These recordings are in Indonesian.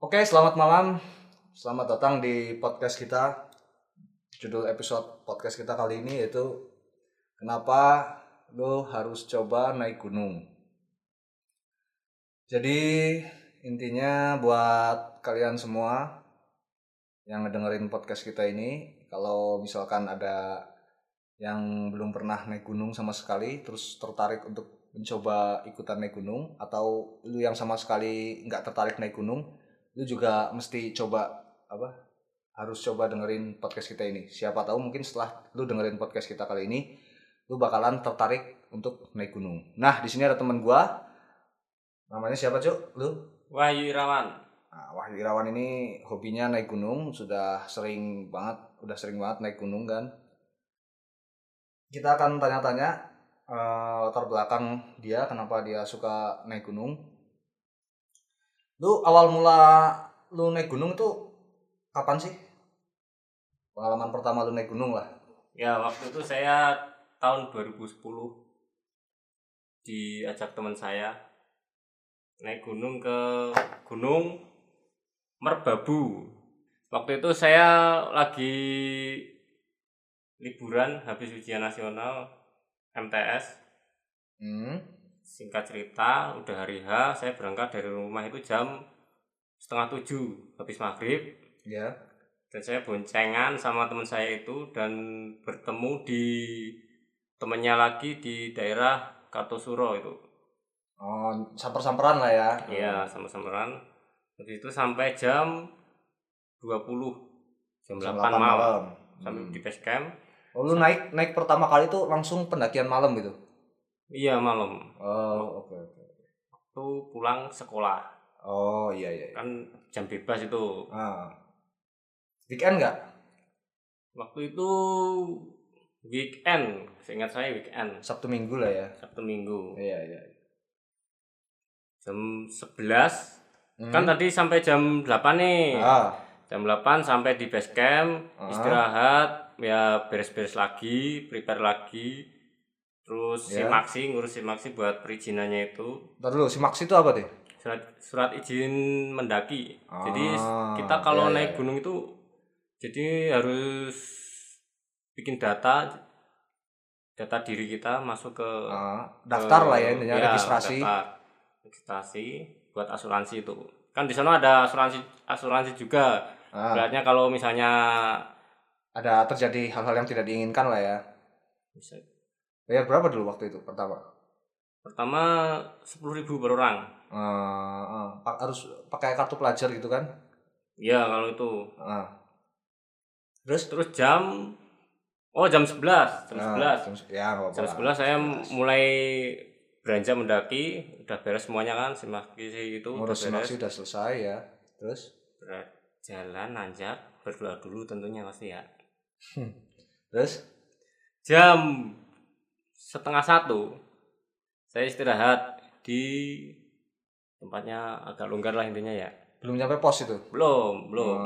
Oke, selamat malam. Selamat datang di podcast kita. Judul episode podcast kita kali ini yaitu kenapa lo harus coba naik gunung. Jadi intinya buat kalian semua yang ngedengerin podcast kita ini, kalau misalkan ada yang belum pernah naik gunung sama sekali terus tertarik untuk mencoba ikutan naik gunung, atau lu yang sama sekali nggak tertarik naik gunung, lu juga mesti harus coba dengerin podcast kita ini. Siapa tahu mungkin setelah lu dengerin podcast kita kali ini lu bakalan tertarik untuk naik gunung. Nah, di sini ada teman gua, namanya siapa, Cuk? Lu? Wahyu Irawan. Nah, Wahyu Irawan ini hobinya naik gunung, udah sering banget naik gunung kan. Kita akan tanya-tanya latar belakang dia, kenapa dia suka naik gunung. Lu awal mula lu naik gunung itu kapan sih? Pengalaman pertama lu naik gunung lah. Ya, waktu itu saya tahun 2010 diajak teman saya naik gunung ke Gunung Merbabu. Waktu itu saya lagi liburan habis ujian nasional MTS. Singkat cerita, udah hari H, saya berangkat dari rumah itu jam 6:30 habis maghrib. Ya. Dan saya boncengan sama teman saya itu dan bertemu di temennya lagi di daerah Kartosuro itu. Oh, samper-samperan lah ya. Iya, sama-samaran. Habis itu sampai jam 20, jam 8 malam. Sampai di base camp. Oh, lu naik pertama kali tuh langsung pendakian malam gitu? Iya, malam. Oh, oke. Waktu pulang sekolah. Oh, iya. Kan jam bebas itu. Weekend nggak? Waktu itu weekend, seingat saya weekend. Sabtu Minggu lah ya. Sabtu Minggu. Iya. Jam 11. Kan tadi sampai jam 8 nih. Jam 8 sampai di base camp, istirahat, ya beres-beres lagi, prepare lagi. Terus ngurus simaksi buat perizinannya itu. Ntar dulu, simaksi itu apa deh? Surat izin mendaki. Jadi kita kalau naik gunung itu jadi harus bikin data diri kita masuk ke daftar lah ya, intinya registrasi. Registrasi buat asuransi itu. Kan di sana ada asuransi juga. Beratnya kalau misalnya ada terjadi hal-hal yang tidak diinginkan lah ya. Bisa. Bayar berapa dulu waktu itu pertama? Pertama 10.000 per orang. Harus pakai kartu pelajar gitu kan? Iya, kalau itu. Terus jam 11. Jam 11 saya mulai beranjak mendaki, udah beres semuanya kan, simaksi itu ngurus simaksi udah selesai ya. Terus jalan nanjak, berdoa dulu tentunya pasti ya. Terus jam 12:30 saya istirahat di tempatnya agak longgar lah intinya ya. Belum nyampe pos itu? Belum.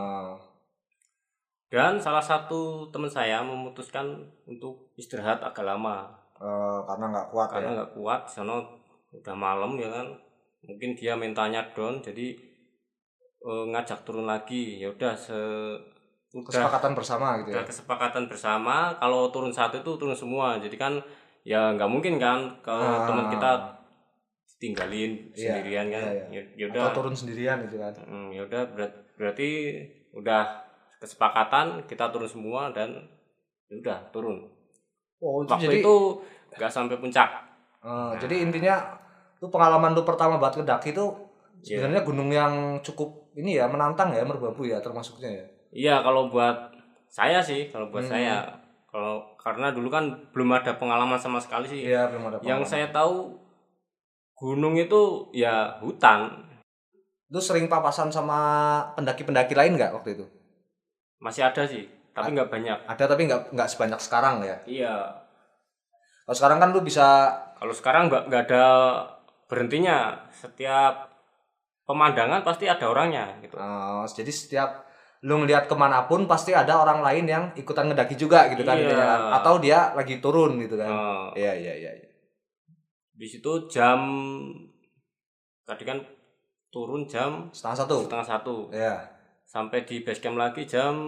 Dan salah satu teman saya memutuskan untuk istirahat agak lama. Karena nggak kuat. Karena nggak kuat, sono udah malam ya kan. Mungkin dia mintanya down, jadi ngajak turun lagi. Ya udah kesepakatan bersama gitu ya. Kesepakatan bersama, kalau turun satu itu turun semua. Jadi kan ya nggak mungkin kan kalau teman kita tinggalin sendirian kan. Ya udah. Atau turun sendirian gitu kan. Ya udah berarti udah kesepakatan kita turun semua dan ya udah turun. Waktu itu nggak sampai puncak. Jadi intinya tuh pengalaman lu pertama buat ngedaki itu sebenarnya gunung yang cukup ini ya, menantang ya, Merbabu ya termasuknya ya. Iya, kalau buat saya sih, saya karena dulu kan belum ada pengalaman sama sekali sih. Iya, belum ada pengalaman. Yang saya tahu gunung itu ya hutan. Lu sering papasan sama pendaki-pendaki lain nggak waktu itu? Masih ada sih, tapi nggak banyak. Ada tapi nggak sebanyak sekarang ya. Iya. Kalau sekarang kan lu bisa. Kalau sekarang nggak ada berhentinya. Setiap pemandangan pasti ada orangnya gitu. Jadi setiap lu ngelihat kemanapun pasti ada orang lain yang ikutan ngedaki juga gitu kan. Atau dia lagi turun gitu kan. Iya. Di situ jam tadi kan turun jam setengah satu. Ya. Sampai di base camp lagi jam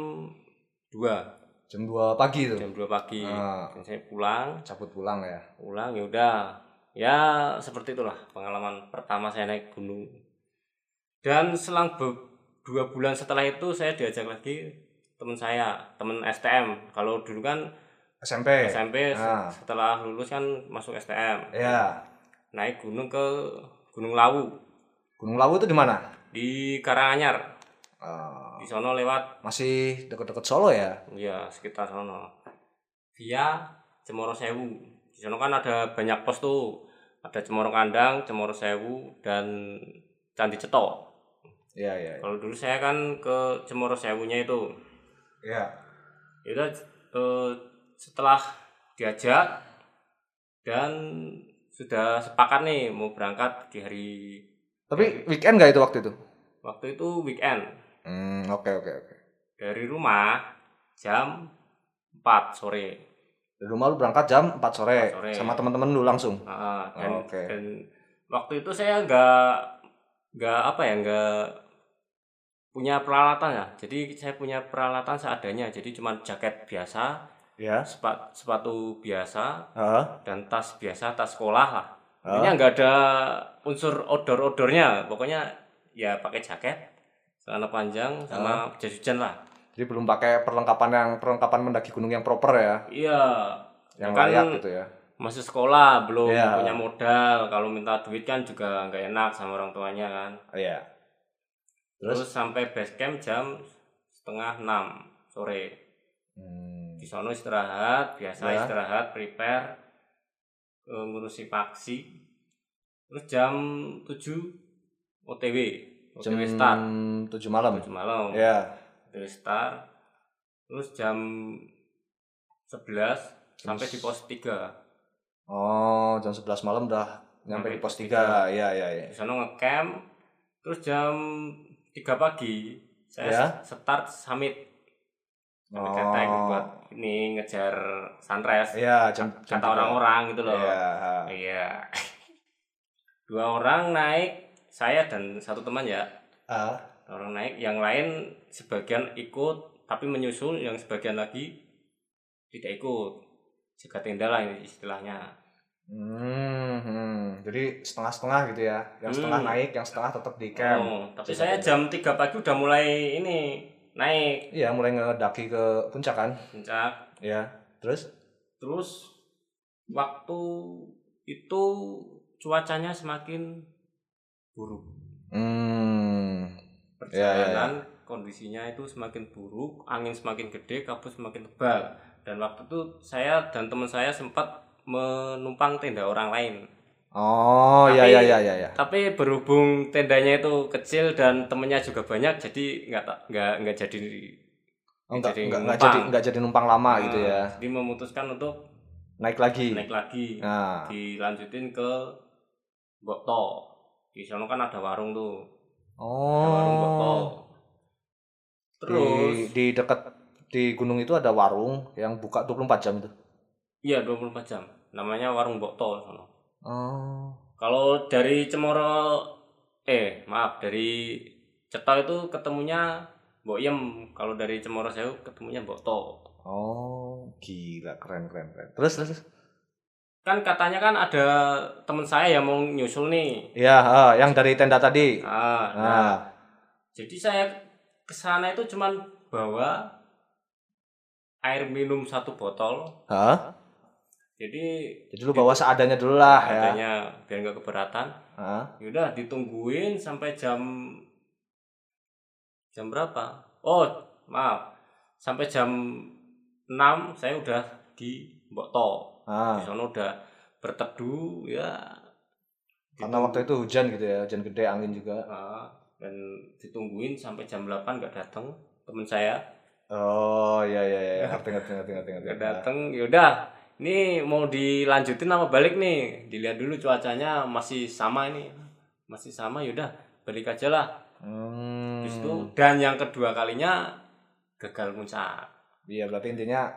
2. Jam 2 pagi tuh. Jam 2 pagi. Dan saya pulang. Cabut pulang ya. Pulang ya udah. Ya seperti itulah pengalaman pertama saya naik gunung. Dan selang 2 bulan setelah itu saya diajak lagi teman STM. Kalau dulu kan SMP setelah lulus kan masuk STM. Iya. Naik gunung ke Gunung Lawu. Gunung Lawu itu di mana? Di Karanganyar. Di sono lewat. Masih dekat-dekat Solo ya? Iya, sekitar sono. Via Cemoro Sewu. Di sono kan ada banyak pos tuh. Ada Cemoro Kandang, Cemoro Sewu, dan Candi Ceto. Iya. Kalau dulu saya kan ke Cemoro Sewunya itu. Iya. Itu setelah diajak dan sudah sepakat nih mau berangkat di hari. Tapi weekend nggak itu waktu itu? Waktu itu weekend. Oke. Dari rumah jam 4 sore. Dari rumah lu berangkat jam 4 sore. Sama teman-teman lu langsung. Dan waktu itu saya nggak punya peralatan ya. Jadi saya punya peralatan seadanya. Jadi cuma jaket biasa, ya, sepatu biasa, dan tas biasa, tas sekolah lah. Ini nggak ada unsur outdoor-outdoornya. Pokoknya ya pakai jaket, celana panjang, sama jas hujan lah. Jadi belum pakai perlengkapan mendaki gunung yang proper ya? Iya. Yang layak gitu ya? Masih sekolah, belum punya modal. Kalau minta duit kan juga nggak enak sama orang tuanya kan. Iya. Terus sampai base camp jam 5:30 sore. Di sono istirahat, istirahat, prepare, ngurusi paksi. Terus jam 7 OTW start. 7 malam. Iya. OTW start. Terus jam 11 sampai di pos 3. Jam 11 malam udah nyampe di pos 3. Iya. Di sana nge-camp. Terus jam 3 pagi saya start summit. Keteng buat ini ngejar sunrise. Iya, kata orang-orang gitu loh. Iya. 2 orang naik, saya dan 1 teman ya. Orang naik, yang lain sebagian ikut tapi menyusul, yang sebagian lagi tidak ikut. Jaga tenda lah ini istilahnya. Jadi setengah-setengah gitu ya. Yang setengah naik, yang setengah tetap di camp. Tapi saya jam 3 pagi udah mulai naik. Iya, mulai ngedaki ke puncak kan? Puncak. Iya. Terus waktu itu cuacanya semakin buruk. Perjalanan kondisinya itu semakin buruk, angin semakin gede, kabut semakin tebal. Dan waktu itu saya dan teman saya sempat menumpang tenda orang lain. Iya. Tapi berhubung tendanya itu kecil dan temennya juga banyak, jadi nggak jadi numpang lama gitu ya. Jadi memutuskan untuk naik lagi. Dilanjutin ke Bokto. Di sana kan ada warung tuh. Ada warung Bokto. Terus di dekat di gunung itu ada warung yang buka 24 jam itu. Iya, 24 jam. Namanya warung Bokto sana. Kalau dari dari Ceto itu ketemunya Mbok Yem. Kalau dari Cemoro Sewu ketemunya Bokto. Gila, keren. Terus? Kan katanya kan ada teman saya yang mau nyusul nih. Iya, yang dari tenda tadi. Jadi saya kesana itu cuman bawa air minum 1 botol. Jadi lu bawa seadanya dulu lah ya. Biar nggak keberatan. Yaudah ditungguin sampai jam berapa? Sampai jam 6 saya udah di Bokto. Di sana udah berteduh ya. Karena waktu itu hujan gitu ya, hujan gede, angin juga. Dan ditungguin sampai jam 8 nggak datang teman saya. Iya, ngerti. Nggak datang, yaudah. Ini mau dilanjutin apa balik nih? Dilihat dulu cuacanya masih sama ini. Masih sama, yaudah balik aja lah. Itu dan yang kedua kalinya gagal puncak. Iya, berarti intinya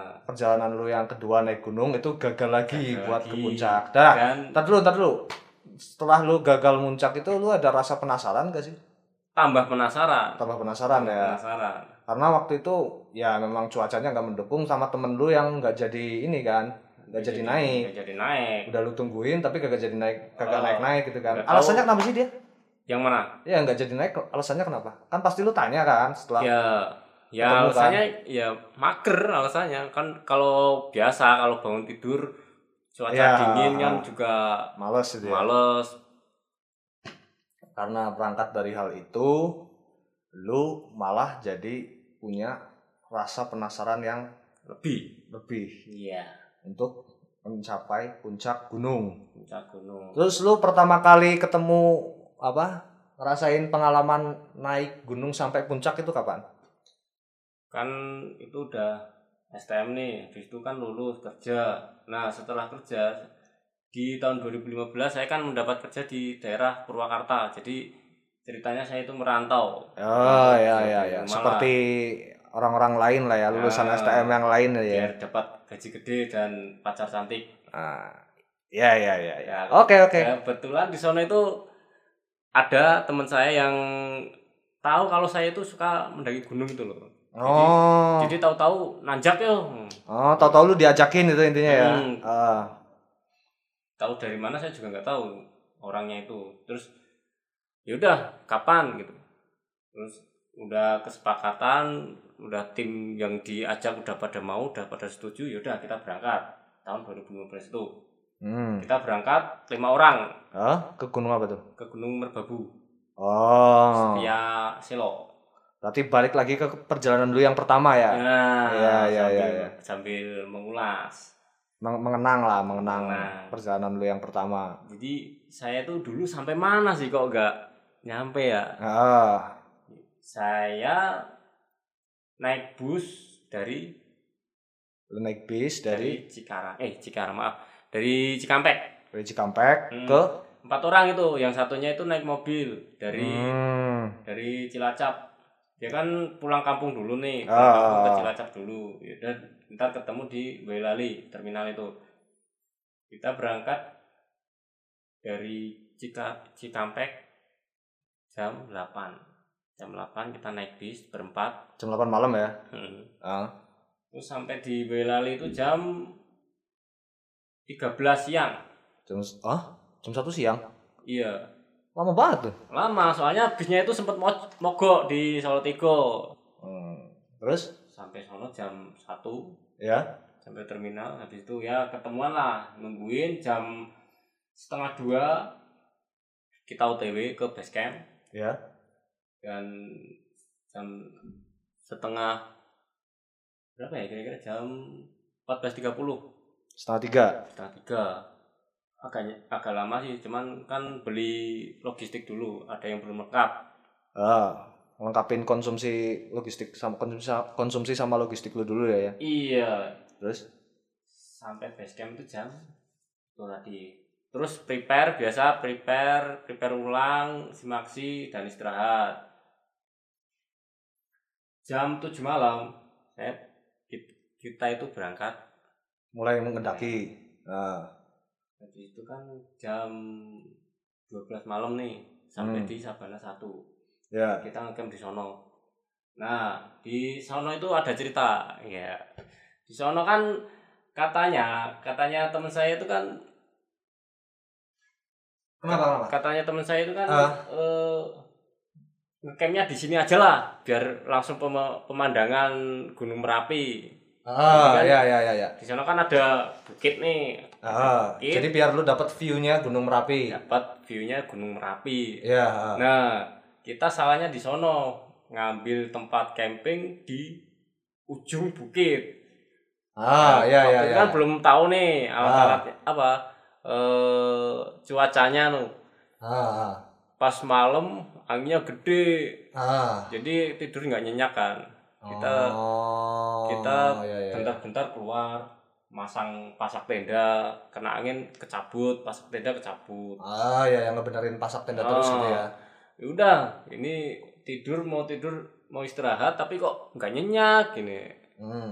perjalanan lu yang kedua naik gunung itu gagal lagi buat ke puncak. Tar dulu. setelah lu gagal muncak itu lu ada rasa penasaran gak sih? Tambah penasaran ya. Penasaran. Karena waktu itu ya memang cuacanya nggak mendukung sama temen lu yang nggak jadi ini kan, nggak jadi naik. Udah lu tungguin tapi kagak jadi naik, kagak naik gitu kan. Alasannya kenapa sih dia? Yang mana? Ya nggak jadi naik, alasannya kenapa? Kan pasti lu tanya kan setelah. Ya alasannya kan? Ya mager alasannya kan, kalau biasa kalau bangun tidur cuaca dingin kan juga males gitu ya. Males. Karena berangkat dari hal itu, lu malah jadi punya rasa penasaran yang lebih. Iya. Untuk mencapai puncak gunung. Terus lu pertama kali ketemu ngerasain pengalaman naik gunung sampai puncak itu kapan? Kan itu udah STM nih, habis itu kan lulus kerja. Nah setelah kerja di tahun 2015 saya kan mendapat kerja di daerah Purwakarta. Jadi ceritanya saya itu merantau. Ya. Seperti orang-orang lain lah ya, lulusan STM yang lain ya. Biar dapat gaji gede dan pacar cantik. Ya. Oke. Kebetulan di sana itu ada teman saya yang tahu kalau saya itu suka mendaki gunung itu loh. Jadi tahu-tahu nanjak yo. Tahu-tahu lu diajakin itu intinya ya. Tahu dari mana saya juga nggak tahu orangnya itu. Terus yaudah kapan gitu. Terus udah kesepakatan, udah tim yang diajak udah pada mau, udah pada setuju, yaudah kita berangkat tahun 2015 itu. Kita berangkat 5 orang. Ke gunung apa tuh? Ke Gunung Merbabu. Via Selo. Berarti balik lagi ke perjalanan dulu yang pertama ya? Sambil mengulas. Mengenang perjalanan dulu yang pertama. Jadi saya tuh dulu sampai mana sih kok nggak nyampe ya? Saya naik bus dari dari Cikampek. Dari Cikampek ke 4 orang itu, yang satunya itu naik mobil dari Cilacap. Dia kan pulang kampung dulu nih, ke Cilacap dulu. Yaudah, ntar ketemu di Boyolali terminal itu. Kita berangkat dari Cikampek jam 8. Jam 8 kita naik bis berempat. Jam 8 malam ya? Terus sampai di Boyolali itu jam 13 siang. Jam 1 siang? Iya. Lama banget tuh. Lama, soalnya bisnya itu sempat mogok di Solotigo. Terus? Sampai sono jam 1. Ya. Sampai terminal, habis itu ya ketemuan lah, nungguin jam 1:30 kita OTW ke base camp. Ya. Dan jam setengah berapa ya kira-kira, jam 14.30. Setengah 3. Agak lama sih, cuman kan beli logistik dulu, ada yang belum lengkap. Lengkapin konsumsi logistik sama konsumsi sama logistik lu dulu ya. Iya. Terus sampai base camp itu jam itu tadi. Terus prepare ulang, simaksi dan istirahat. Jam 7 malam kita itu berangkat mulai mendaki. Jadi itu kan jam 12 malam nih sampai di Sabana 1. Ya. Kita ngecamp di sono. Nah, di sono itu ada cerita, ya. Di sono kan katanya teman saya itu kan Kenapa? Katanya teman saya itu kan ngecampnya di sini aja lah biar langsung pemandangan Gunung Merapi. Ya. Di sana kan ada bukit nih. Bukit. Jadi biar lu dapat view-nya Gunung Merapi. Ya. Nah, kita salahnya di sono, ngambil tempat camping di ujung bukit. Iya. Kan belum tahu nih alat-alatnya cuacanya tuh. Pas malam anginnya gede. Jadi tidur nggak nyenyak kan. Kita bentar-bentar keluar, pasak tenda, kena angin kecabut, pasak tenda kecabut. Yang ngebenerin pasak tenda terus gitu ya. Udah, ini mau istirahat tapi kok nggak nyenyak gini.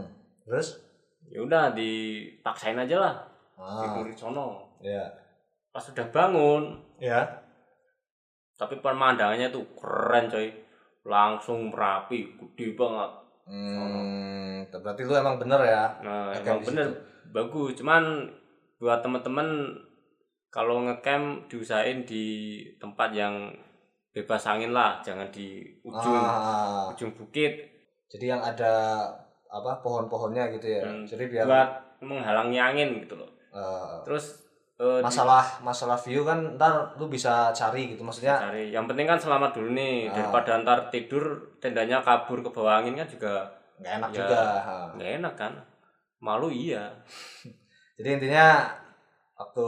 Terus? Ya udah dipaksain aja lah. Tidur di sono. Iya. pas udah bangun ya, tapi pemandangannya tuh keren coy, langsung rapi, gede banget. Berarti lu emang bener ya. Nah emang bener bagus, cuman buat temen-temen kalau ngecamp diusahain di tempat yang bebas angin lah, jangan di ujung bukit. Jadi yang ada pohon-pohonnya gitu ya. Jadi biar buat menghalangi angin gitu loh. Terus masalah view kan ntar lu bisa cari gitu, maksudnya cari. Yang penting kan selamat dulu nih, daripada ntar tidur tendanya kabur ke bawah angin kan juga nggak enak juga. Nggak enak kan, malu iya. Jadi intinya waktu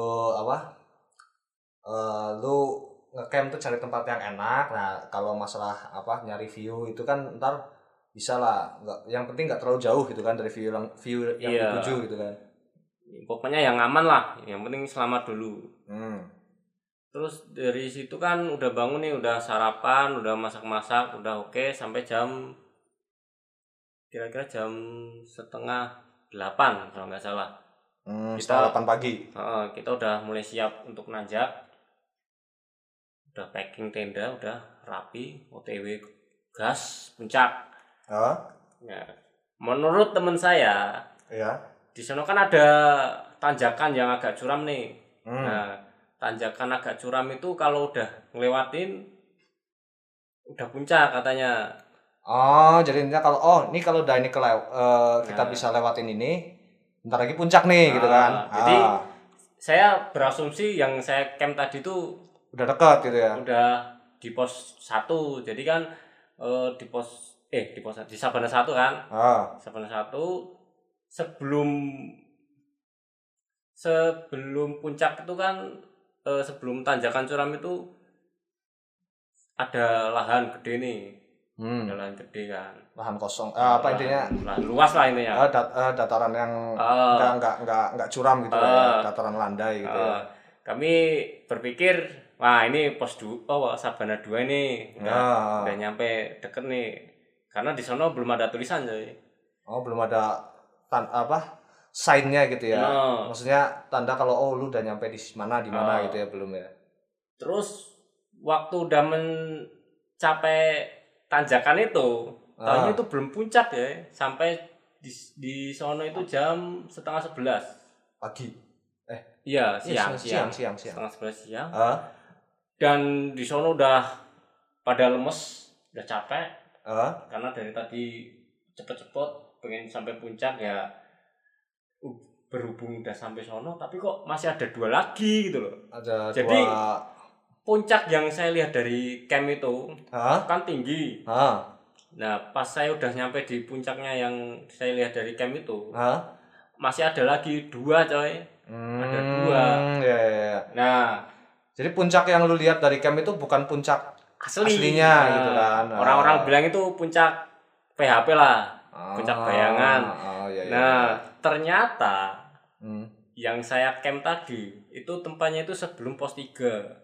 lu ngecamp tuh cari tempat yang enak. Nah kalau masalah nyari view itu kan ntar bisa lah, yang penting nggak terlalu jauh gitu kan dari view yang dituju gitu kan. Pokoknya yang aman lah, yang penting selamat dulu. Terus dari situ kan udah bangun nih, udah sarapan, udah masak-masak, udah oke, sampai kira-kira jam 7:30 kalau nggak salah. Kita 8 pagi. Kita udah mulai siap untuk nanjak, udah packing tenda, udah rapi, OTW gas puncak. Ya. Menurut teman saya, di sana kan ada tanjakan yang agak curam nih. Nah, tanjakan agak curam itu kalau udah ngelewatin udah puncak katanya. Jadi intinya kalau udah ini kita bisa lewatin ini, bentar lagi puncak nih gitu kan. Jadi saya berasumsi yang saya camp tadi itu udah dekat gitu ya. Udah di pos 1. Jadi kan di Sabana 1 kan. Sabana 1 sebelum puncak itu kan, sebelum tanjakan curam itu ada lahan gede nih. Ada lahan gede kan. Lahan kosong. Intinya? Lahan luas lah intinya. Dataran yang enggak curam gitu ya, dataran landai gitu ya. Kami berpikir, wah ini pos 2, Sabana 2 ini udah nyampe deket nih. Karena di sana belum ada tulisan coy. Belum ada sign-nya gitu ya. Maksudnya tanda kalau lu udah nyampe di mana gitu ya, belum ya. Terus waktu udah mencapai tanjakan itu, tahunya itu belum puncak ya. Sampai di sono itu jam 10:30 pagi. Iya, siang. 10:30 siang. Dan di sono udah pada lemes, udah capek. Karena dari tadi cepet-cepet pengen sampai puncak ya. Berhubung udah sampai sono, tapi kok masih ada 2 lagi gitu loh. Jadi puncak yang saya lihat dari camp itu kan tinggi. Nah pas saya udah nyampe di puncaknya yang saya lihat dari camp itu, masih ada lagi 2 coy. Ada 2. Ya. Nah jadi puncak yang lu lihat dari camp itu bukan puncak aslinya gitu kan. Orang-orang bilang itu puncak PHP lah, puncak bayangan. Nah ternyata yang saya camp tadi itu tempatnya itu sebelum pos 3.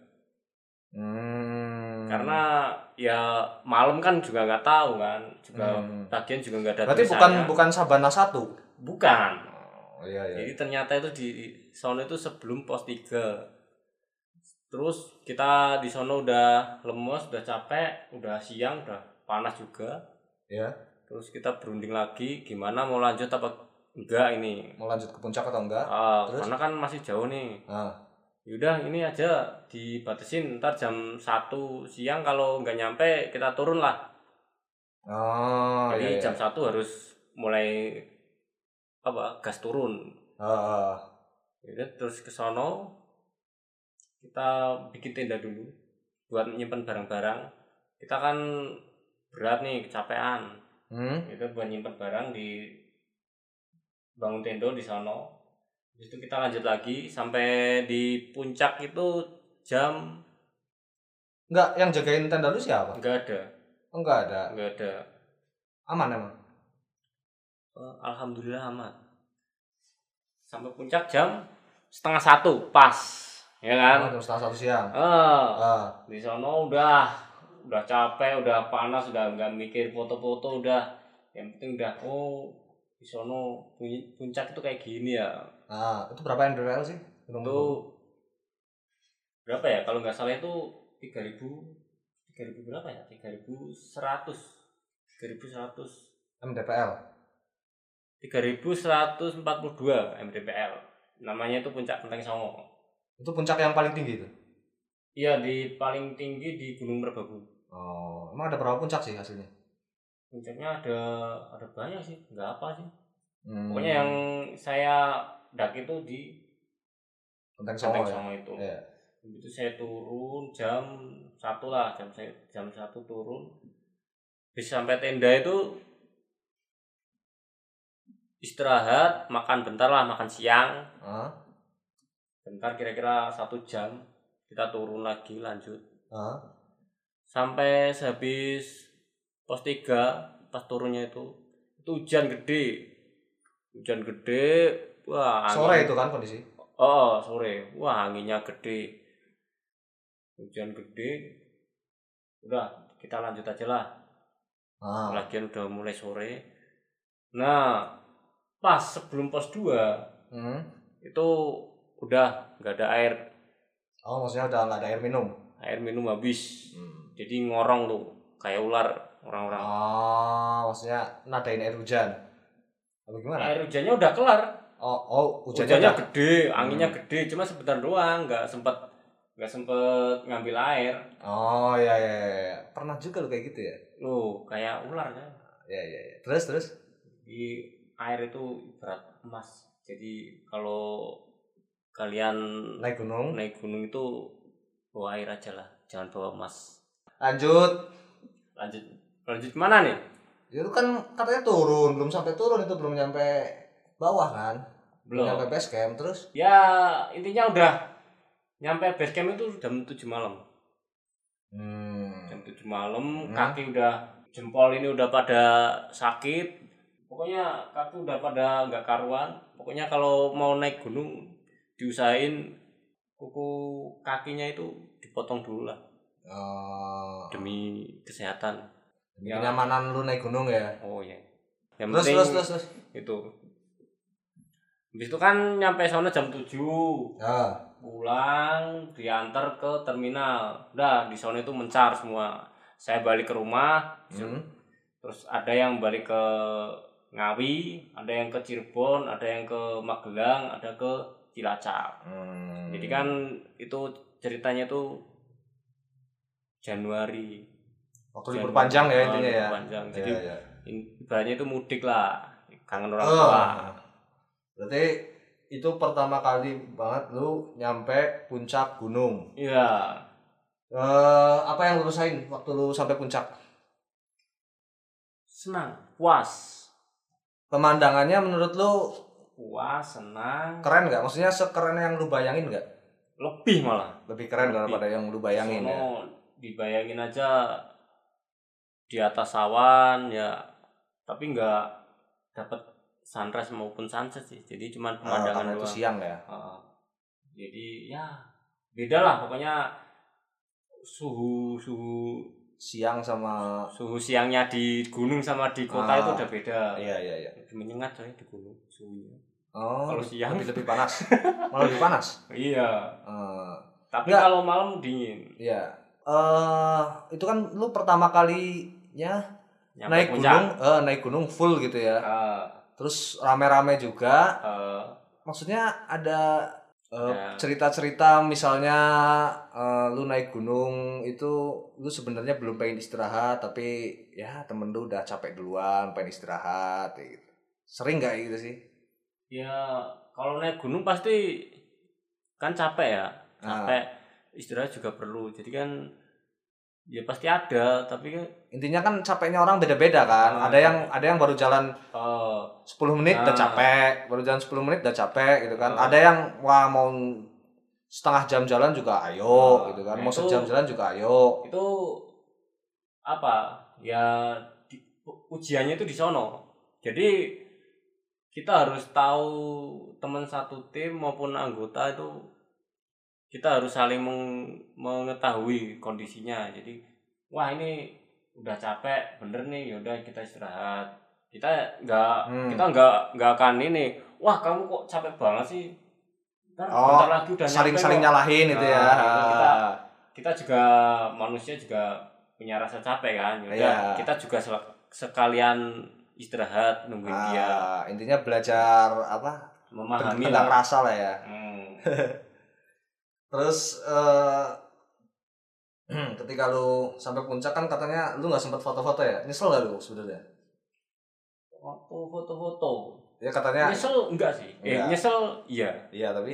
Karena ya malam kan juga nggak tahu kan, juga bagian juga nggak ada. Berarti bukan Sabana 1? Bukan. Iya. Jadi ternyata itu di sono itu sebelum pos 3. Terus kita di sono udah lemes, udah capek, udah siang, udah panas juga. Ya. Terus kita berunding lagi, gimana mau lanjut apa enggak ini? Mau lanjut ke puncak atau enggak? Terus? Karena kan masih jauh nih. Yaudah ini aja dibatasin, ntar jam 1 siang kalau nggak nyampe kita turun lah. Jadi jam 1 harus mulai gas turun. Yaudah, terus ke sono kita bikin tenda dulu buat nyimpen barang-barang. Kita kan berat nih, kecapean. Itu buat nyimpen barang di bangun tenda di sono. Habis itu kita lanjut lagi sampai di puncak itu jam. Enggak, yang jagain tenda lu siapa? Enggak ada. Enggak ada. Aman emang? Alhamdulillah aman. Sampai puncak jam 12:30 pas. Ya kan? Jam 12:30 siang. Di sono udah capek, udah panas, udah nggak mikir foto-foto, udah yang penting udah di sono puncak itu kayak gini ya. Itu berapa mdpl sih? Itu berapa ya? Kalau nggak salah itu 3.000 berapa ya? 3.100 mdpl. 3.142 mdpl. Namanya itu Puncak Genteng Songo. Itu puncak yang paling tinggi itu? Iya, di paling tinggi di Gunung Merbabu. Oh, emang ada berapa puncak sih hasilnya? Puncaknya ada banyak sih, nggak apa sih. Pokoknya yang saya daki itu di Genteng Songo ya? itu. Yeah. Itu saya turun jam 1 lah, jam 1 turun. Bisa sampai tenda itu istirahat, makan bentar lah, makan siang. Bentar kira-kira 1 jam kita turun lagi lanjut. Sampai habis pos 3 pas turunnya itu hujan gede. Wah, sore itu kan kondisi? Oh, sore. Wah, anginnya gede. Hujan gede. Udah, kita lanjut aja lah. Lagian udah mulai sore. Nah, pas sebelum pos 2 itu udah nggak ada air. Oh, maksudnya udah nggak ada air minum? Air minum habis. Jadi ngorong tuh, kayak ular orang-orang. Oh, maksudnya nadain air hujan? Apa gimana? Air hujannya udah kelar. Oh, hujannya gede, anginnya gede, cuma sebentar doang, nggak sempet ngambil air. Oh ya. Pernah juga lo kayak gitu ya? Loh, kayak ular kan? Ya. Terus? Di air itu ibarat emas. Jadi kalau kalian naik gunung itu bawa air aja lah, jangan bawa emas. Lanjut kemana nih? Itu kan katanya turun, belum sampai turun itu, belum nyampe bawah kan? Belum nyampe base camp. Terus? Ya intinya udah nyampe base camp itu jam 7 malam. Jam 7 malam, kaki udah, jempol ini udah pada sakit. Pokoknya kaki udah pada nggak karuan. Pokoknya kalau mau naik gunung diusahain kuku kakinya itu dipotong dulu lah. Demi kesehatan. Demi kenyamanan lu naik gunung ya. Oh iya. Terus. Itu. Habis itu kan nyampe sana jam 7. Pulang, diantar ke terminal. Udah di sana itu mencar semua. Saya balik ke rumah. Terus ada yang balik ke Ngawi, ada yang ke Cirebon, ada yang ke Magelang, ada ke Cilacap. Jadi kan itu ceritanya tuh Januari. Waktu libur panjang ya intinya ya. Panjang. Jadi ibaratnya itu mudik lah, kangen orang tua. Berarti itu pertama kali banget lu nyampe puncak gunung. Iya. Apa yang lu rasain waktu lu sampai puncak? Senang, puas. Pemandangannya menurut lu puas, senang. Keren nggak? Maksudnya sekeren yang lu bayangin nggak? Lebih malah. Lebih keren daripada yang lu bayangin ya? Dibayangin aja di atas awan ya, tapi nggak dapat sunrise maupun sunset sih. Jadi cuma pemandangan doang. Itu siang ya? Jadi ya beda lah pokoknya suhu siang sama suhu siangnya di gunung sama di kota itu udah beda. Iya. Lebih menyengat coy di gunung suhunya. Kalau siang lebih panas. Malah lebih panas. Iya. Tapi kalau malam dingin. Iya. Itu kan lu pertama kalinya naik gunung full gitu ya. Terus rame-rame juga. Maksudnya ada cerita-cerita misalnya lu naik gunung itu lu sebenarnya belum pengen istirahat, tapi ya temen lu udah capek duluan pengen istirahat gitu. Sering nggak gitu sih? Ya kalau naik gunung pasti kan capek ya, istirahat juga perlu. Jadi kan ya pasti ada, tapi kan intinya kan capeknya orang beda-beda kan. Ada yang baru jalan 10 menit udah capek, baru jalan 10 menit udah capek gitu kan. Ada yang mau setengah jam jalan juga ayo gitu kan. Mau sejam jalan juga ayo. Itu apa? Ya ujiannya itu di sono. Jadi kita harus tahu teman satu tim maupun anggota itu, kita harus saling mengetahui kondisinya. Jadi wah ini udah capek bener nih, yaudah kita istirahat. Kita nggak akan ini, wah kamu kok capek banget sih, kita bentar lagi udah saling nyalahin itu ya. Kita juga manusia juga punya rasa capek kan. Yaudah, kita juga sekalian istirahat nungguin dia. Intinya belajar memahami tentang rasa lah ya. Terus ketika lu sampai puncak kan katanya lu nggak sempat foto-foto ya? Nyesel nggak lu sebenarnya? Waktu foto-foto ya katanya nyesel enggak sih? Nyesel iya. Iya tapi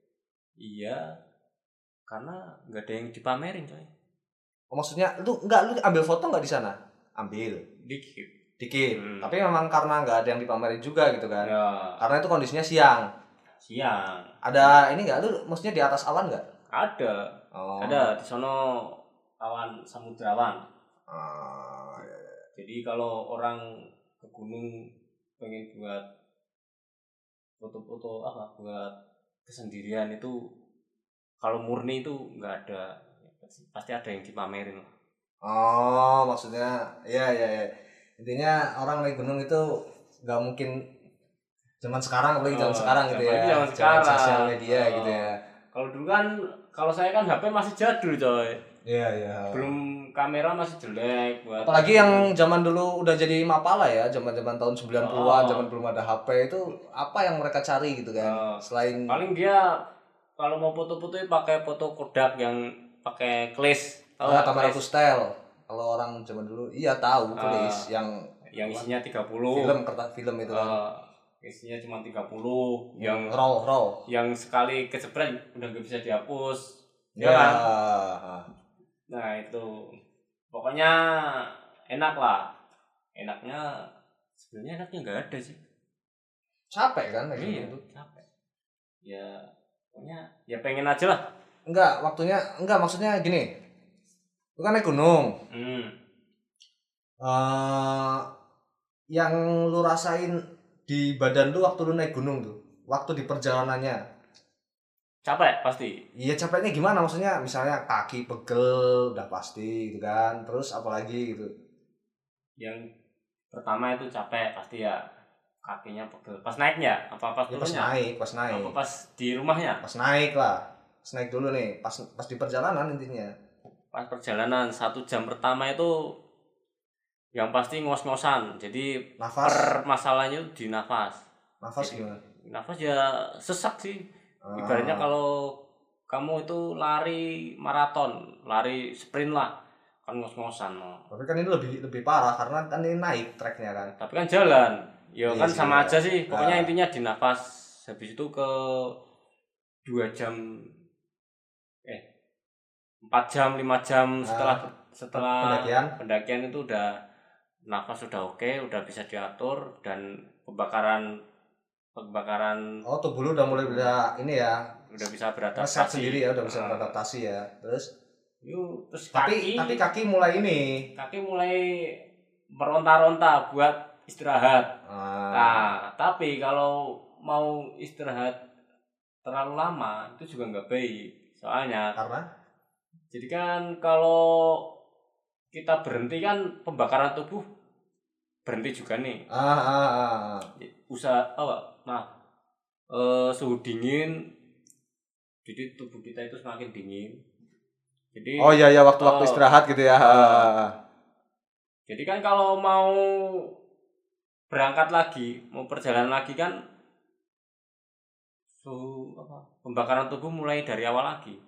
karena nggak ada yang dipamerin coy. Maksudnya lu ambil foto nggak di sana? Ambil dikit. Tapi memang karena nggak ada yang dipamerin juga gitu kan? Ya. Karena itu kondisinya siang. Ada ini nggak? Lu maksudnya di atas awan nggak? Ada. Ada di sono awan samudrawan. Iya. Jadi kalau orang ke gunung pengen buat foto-foto buat kesendirian itu kalau murni itu nggak ada, pasti ada yang dipamerin. Maksudnya ya intinya orang naik gunung itu nggak mungkin zaman sekarang, apalagi zaman sekarang gitu ya, zaman sosial media gitu ya. Kalau dulu kan, kalau saya kan HP masih jadul coy. Iya. Belum, kamera masih jelek. Apalagi yang zaman dulu udah jadi mapala ya, zaman tahun 90-an, zaman belum ada HP itu apa yang mereka cari gitu kan. Selain paling dia kalau mau foto-foto pakai foto Kodak yang pakai flash. Kamera style. Kalau orang zaman dulu tahu flash yang isinya 30. Film itu kan. Isinya cuma 30 yang raw. Yang sekali kejepret udah gak bisa dihapus. Ya kan? Nah itu pokoknya enak lah. Sebenarnya enaknya nggak ada sih. Capek kan lagi itu. Capek. Ya pokoknya ya pengen aja lah. Enggak maksudnya gini. Lu kan naik gunung. Yang lu rasain di badan lu waktu lu naik gunung tuh, waktu di perjalanannya capek pasti. Iya, capeknya gimana? Maksudnya misalnya kaki pegel udah pasti gitu kan. Terus apalagi gitu? Yang pertama itu capek pasti ya, kakinya pegel. Pas naiknya apa pas turunnya? Pas naik. Apa pas di rumahnya? Pas naik lah. Pas naik dulu nih, pas di perjalanan intinya. Pas perjalanan 1 jam pertama itu yang pasti ngos-ngosan. Jadi permasalahannya di nafas. Nafas gimana? Nafas ya sesak sih. Ibaratnya kalau kamu itu lari maraton, lari sprint lah, kan ngos-ngosan. Tapi kan ini lebih parah karena kan ini naik treknya kan. Tapi kan jalan, kan sama aja sih. Pokoknya intinya di nafas. Habis itu ke 4 jam 5 jam setelah pendakian itu udah nafas sudah oke, udah bisa diatur dan pembakaran tubuh lu udah mulai bisa ini ya, udah bisa beradaptasi sendiri ya, udah bisa beradaptasi ya. Terus tapi kaki mulai meronta-ronta buat istirahat. Nah tapi kalau mau istirahat terlalu lama itu juga nggak baik, soalnya karena jadi kan kalau kita berhenti kan pembakaran tubuh berhenti juga nih. Suhu dingin, jadi tubuh kita itu semakin dingin. Jadi waktu istirahat gitu ya. Jadi kan kalau mau berangkat lagi, mau perjalanan lagi kan suhu pembakaran tubuh mulai dari awal lagi.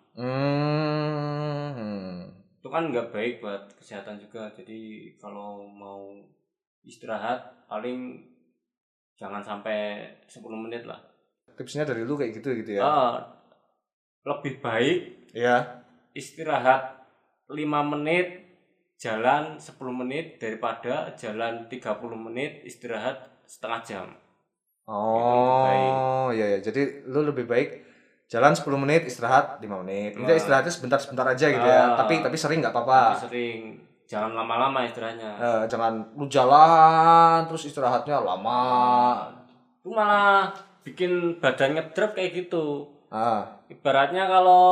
Itu kan nggak baik buat kesehatan juga. Jadi kalau mau istirahat paling jangan sampai 10 menit lah. Tipsnya dari lu kayak gitu ya? Lebih baik istirahat 5 menit, jalan 10 menit daripada jalan 30 menit istirahat setengah jam. Iya. Jadi lu lebih baik jalan 10 menit, istirahat 5 menit. Ini istirahatnya sebentar aja gitu ya. Tapi sering nggak apa-apa. Sering. Jangan lama-lama istirahatnya. Jangan lu jalan terus istirahatnya lama. Itu malah bikin badan ngedrop kayak gitu. Ibaratnya kalau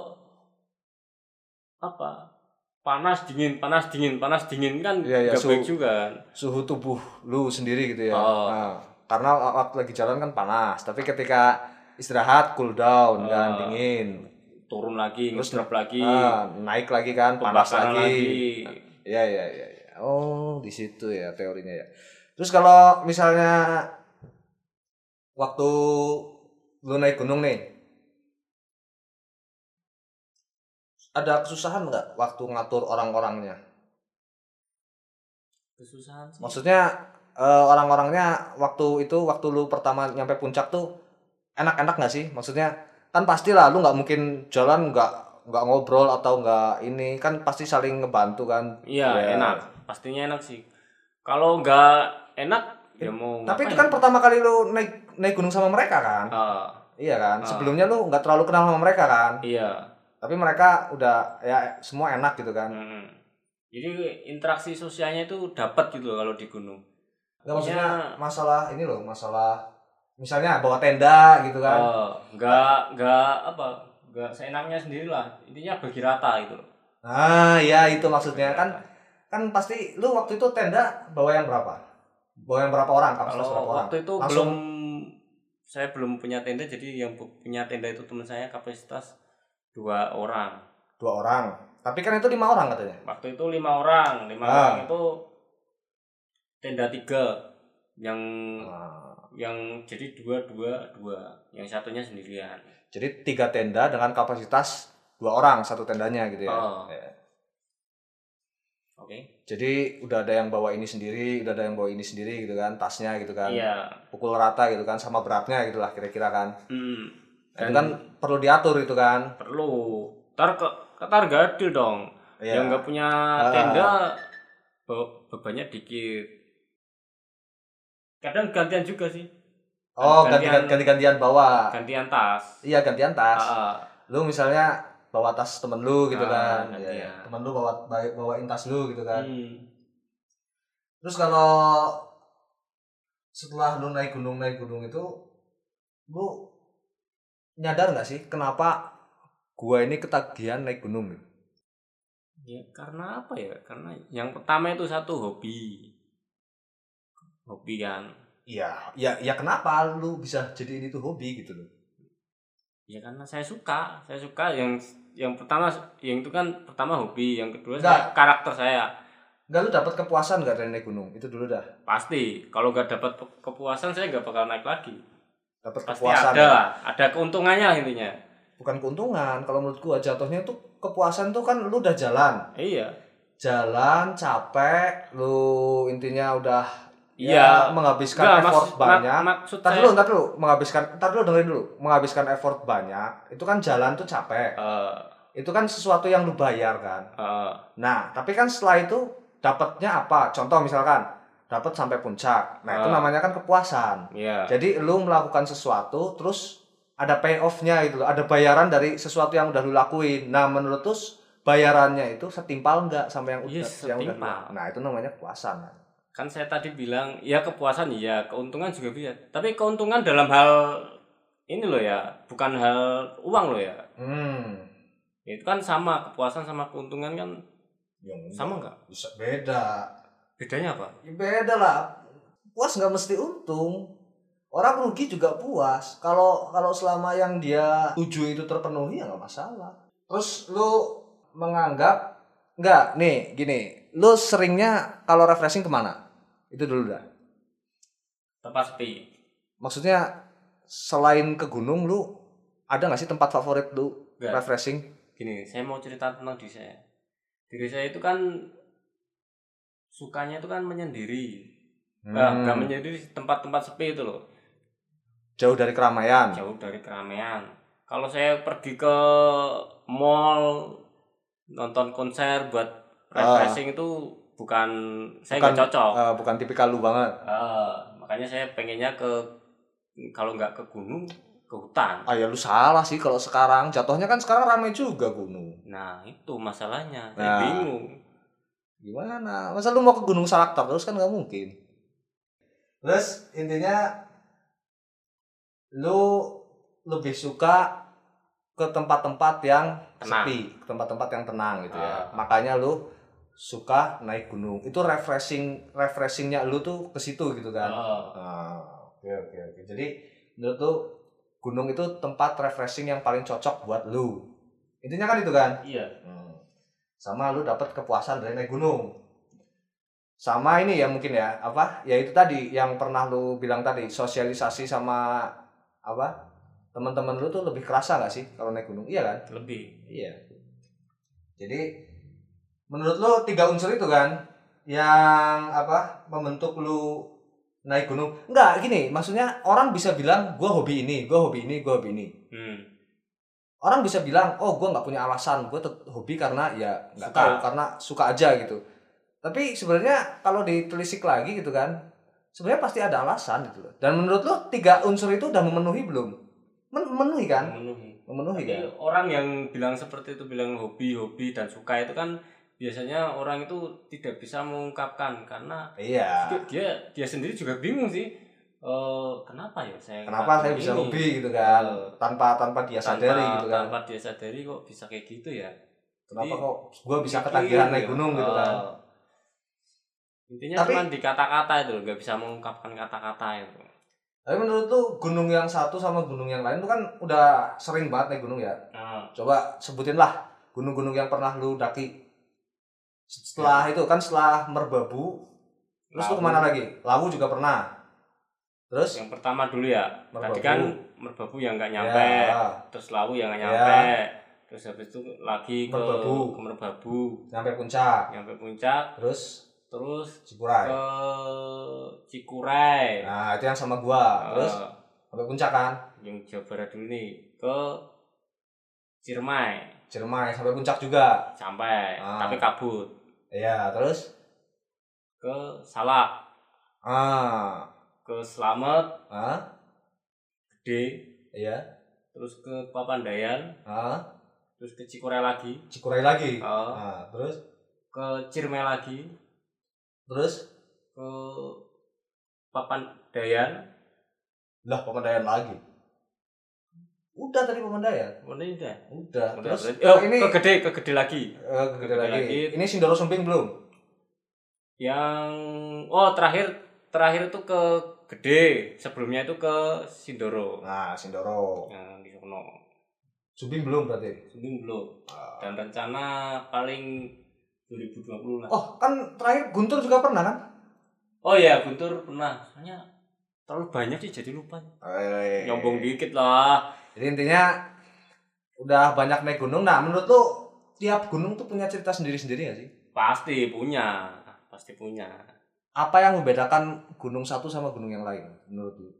panas dingin kan nggak baik juga kan. Suhu tubuh lu sendiri gitu ya. Karena waktu lagi jalan kan panas, tapi ketika istirahat, cool down kan, dingin. Turun lagi, terus drop lagi. Naik lagi kan, panas lagi. Ya. Oh, di situ ya teorinya ya. Terus kalau misalnya waktu lu naik gunung nih, ada kesusahan nggak waktu ngatur orang-orangnya? Kesusahan sih. Maksudnya orang-orangnya waktu lu pertama nyampe puncak tuh enak-enak nggak sih? Maksudnya kan pastilah lu nggak mungkin jalan nggak ngobrol atau nggak ini, kan pasti saling ngebantu kan? Iya, enak, pastinya enak sih. Kalau nggak enak ya mau tapi ngapain? itu kan pertama kali lu naik gunung sama mereka kan? Iya kan? Sebelumnya lu nggak terlalu kenal sama mereka kan? Iya. Tapi mereka udah ya semua enak gitu kan? Jadi interaksi sosialnya itu dapat gitu loh kalau di gunung. Nggak, maksudnya masalah ini loh, masalah misalnya bawa tenda gitu kan? Nggak seenaknya sendiri lah. Intinya bagi rata gitu loh. Ya itu maksudnya kan pasti lu waktu itu tenda bawa yang berapa? Bawa yang berapa orang? Kapasitas berapa orang? Waktu itu saya belum punya tenda, jadi yang punya tenda itu teman saya, kapasitas 2 orang. 2 orang. Tapi kan itu 5 orang katanya. Waktu itu 5 orang. 5 orang itu tenda 3. Yang jadi 2. Yang satunya sendirian. Jadi 3 tenda dengan kapasitas 2 orang satu tendanya gitu ya. Oke. Jadi udah ada yang bawa ini sendiri, udah ada yang bawa ini sendiri gitu kan, tasnya gitu kan. Iya. Pukul rata gitu kan, sama beratnya gitu lah kira-kira kan. Itu kan perlu diatur itu kan. Perlu. Ntar gak adil dong. Yang nggak punya tenda bebannya dikit. Kadang gantian juga sih. Gantian bawa. Gantian tas. Iya, gantian tas. Lu misalnya bawa tas temen lu gitu kan. Ya. Temen lu bawain tas lu gitu kan. Terus kalau setelah lu naik gunung itu, lu nyadar nggak sih kenapa gua ini ketagihan naik gunung? Ya karena apa ya? Karena yang pertama itu satu hobi kan. Iya kenapa lu bisa jadi ini tuh hobi gitu loh? Ya karena saya suka yang pertama, yang itu kan pertama hobi, yang kedua karakter saya. Enggak, lu dapat kepuasan nggak dari naik gunung? Itu dulu dah. Pasti, kalau nggak dapat kepuasan saya nggak bakal naik lagi. Dapat kepuasan. Ada keuntungannya intinya. Bukan keuntungan, kalau menurut gua jatuhnya tuh kepuasan tuh kan lu udah jalan. Iya. Jalan capek, lu intinya udah menghabiskan effort banyak. Ntar dulu dengerin dulu. Menghabiskan effort banyak, itu kan jalan tuh capek. Itu kan sesuatu yang lu bayar kan. Nah, tapi kan setelah itu dapatnya apa? Contoh misalkan dapat sampai puncak. Nah, itu namanya kan kepuasan. Jadi lu melakukan sesuatu terus ada payoff-nya gitu loh. Ada bayaran dari sesuatu yang udah lu lakuin. Nah, menurut lu bayarannya itu setimpal enggak sama yang udah Nah, itu namanya kepuasan. Kan saya tadi bilang ya kepuasan iya, keuntungan juga bisa. Tapi keuntungan dalam hal ini loh ya, bukan hal uang loh ya. Itu kan sama, kepuasan sama keuntungan kan sama enggak? Bisa beda. Bedanya apa? Ya beda lah. Puas nggak mesti untung. Orang rugi juga puas. Kalau selama yang dia tuju itu terpenuhi ya nggak masalah. Terus lu menganggap nggak nih gini, lu seringnya kalau refreshing kemana? Itu dulu dah. Tempat sepi. Maksudnya selain ke gunung lu ada nggak sih tempat favorit lu refreshing? Gini, saya mau cerita tentang diri saya. Diri saya itu kan sukanya itu kan menyendiri. Nggak menyendiri, tempat-tempat sepi itu loh. Jauh dari keramaian. Kalau saya pergi ke mall nonton konser buat refreshing itu saya nggak cocok. Bukan tipikal lu banget. Makanya saya pengennya kalau nggak ke gunung, ke hutan. Ya lu salah sih kalau sekarang. Jatuhnya kan sekarang ramai juga gunung. Nah itu masalahnya. Saya bingung. Gimana? Masa lu mau ke Gunung Salakta terus kan nggak mungkin. Terus intinya lu lebih suka ke tempat-tempat yang sepi, ke tempat-tempat yang tenang gitu ya. Makanya lu suka naik gunung. Itu refreshingnya lu tuh ke situ gitu kan. Oke. Jadi menurut lu gunung itu tempat refreshing yang paling cocok buat lu. Intinya kan itu kan? Iya. Sama lu dapat kepuasan dari naik gunung. Sama ini ya mungkin ya, apa? Ya itu tadi yang pernah lu bilang tadi, sosialisasi sama apa? Teman-teman lu tuh lebih kerasa gak sih kalau naik gunung? Iya kan? Lebih. Iya. Jadi menurut lu 3 unsur itu kan yang apa? Membentuk lu naik gunung. Enggak, gini, maksudnya orang bisa bilang gua hobi ini, gua hobi ini, gua hobi ini. Orang bisa bilang, oh gue nggak punya alasan, gue hobi karena ya nggak tahu, karena suka aja gitu. Tapi sebenarnya kalau ditelisik lagi gitu kan, sebenarnya pasti ada alasan gitu loh. Dan menurut lo 3 unsur itu udah memenuhi belum? Memenuhi kan? Memenuhi kan? Orang yang bilang seperti itu, bilang hobi dan suka itu kan biasanya orang itu tidak bisa mengungkapkan karena dia sendiri juga bingung sih. Kenapa saya bisa hobi gitu kan, tanpa dia sadari gitu kan, tanpa dia sadari kok bisa kayak gitu ya. Kenapa kok gue bisa ketagihan naik gunung gitu kan. Intinya cuma di kata-kata itu, nggak bisa mengungkapkan kata-kata itu. Tapi menurut tuh gunung yang satu sama gunung yang lain tuh kan udah sering banget naik gunung ya. Coba sebutin lah gunung-gunung yang pernah lu daki. Setelah itu kan, setelah Merbabu, terus lu kemana lagi? Lawu juga pernah. Terus yang pertama dulu ya, Merbabu. Tadi kan Merbabu yang nggak nyampe, terus Lawu yang nggak nyampe, terus habis itu lagi ke Merbabu, nyampe puncak, terus Cikuray. Ke Cikuray. Nah itu yang sama gua, terus sampai puncak kan? Yang Jawa Barat dulu nih, ke Ciremai sampai puncak juga. Sampai, tapi kabut. Iya, terus ke Salak. Ke Slamet, Gede, iya, terus ke Papandayan, terus ke Cikuray lagi, terus ke Ciremai lagi, terus ke Papandayan. Lah Papandayan lagi? Udah tadi Papandayan. Udah. Terus ini ke Gede lagi. Ini Sindoro Sumbing belum? Yang terakhir itu ke Gede, sebelumnya itu ke Sindoro. Nah, Sindoro. Yang di sono. Sumbing belum berarti? Sumbing belum. Dan rencana paling 2020 lah. Oh, kan terakhir Guntur juga pernah kan? Oh iya, Guntur pernah. Soalnya terlalu banyak sih jadi lupa. Nyombong dikit lah. Jadi intinya udah banyak naik gunung. Nah, menurut lu tiap gunung tuh punya cerita sendiri-sendiri gak sih? Pasti punya. Apa yang membedakan gunung satu sama gunung yang lain menurut lu?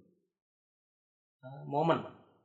Momen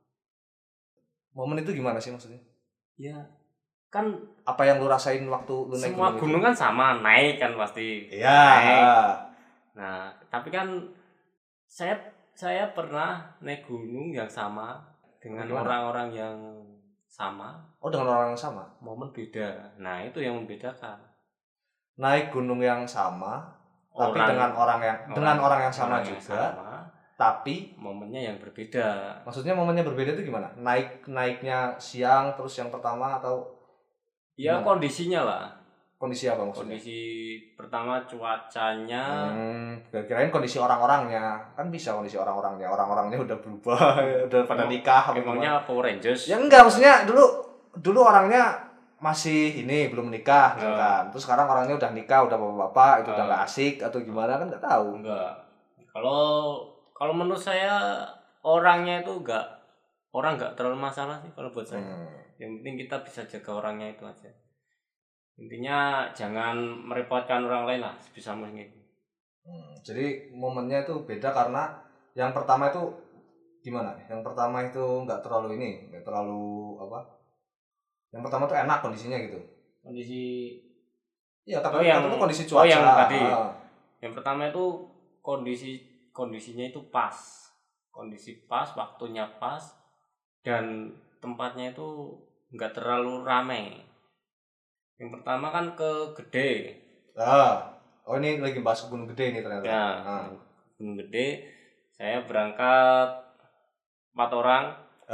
itu gimana sih maksudnya? Ya kan apa yang lu rasain waktu lu naik semua gunung kan sama, naik kan pasti. Iya. Nah tapi kan saya pernah naik gunung yang sama dengan orang-orang yang sama. Oh, dengan orang yang sama? Momen beda. Nah itu yang membedakan. Naik gunung yang sama tapi dengan orang yang sama juga, tapi momennya yang berbeda. Maksudnya momennya berbeda itu gimana? Naiknya siang terus yang pertama atau ya gimana? Kondisinya lah. Kondisi apa maksudnya? Kondisi pertama cuacanya. Kirain kondisi orang-orangnya. Kan bisa kondisi orang-orangnya udah berubah, udah pada nikah. Emangnya Power Rangers? Ya enggak, maksudnya dulu orangnya masih ini belum nikah gitu kan. Terus sekarang orangnya udah nikah, udah bapak-bapak, itu udah nggak asik atau gimana kan nggak tahu. Enggak. Kalau menurut saya orangnya itu nggak terlalu masalah sih kalau buat saya. Yang penting kita bisa jaga orangnya itu aja. Intinya jangan merepotkan orang lain lah sebisa mungkin. Jadi momennya itu beda karena yang pertama itu gimana? Yang pertama itu nggak terlalu apa? Yang pertama tuh enak kondisinya gitu. Kondisi. Iya, itu kondisi cuaca. Yang tadi. Yang pertama itu kondisinya itu pas. Kondisi pas, waktunya pas, dan tempatnya itu nggak terlalu ramai. Yang pertama kan ke Gede. Oh ini lagi bahas Gunung Gede nih ternyata. Ya, Gunung Gede. Saya berangkat 4 orang.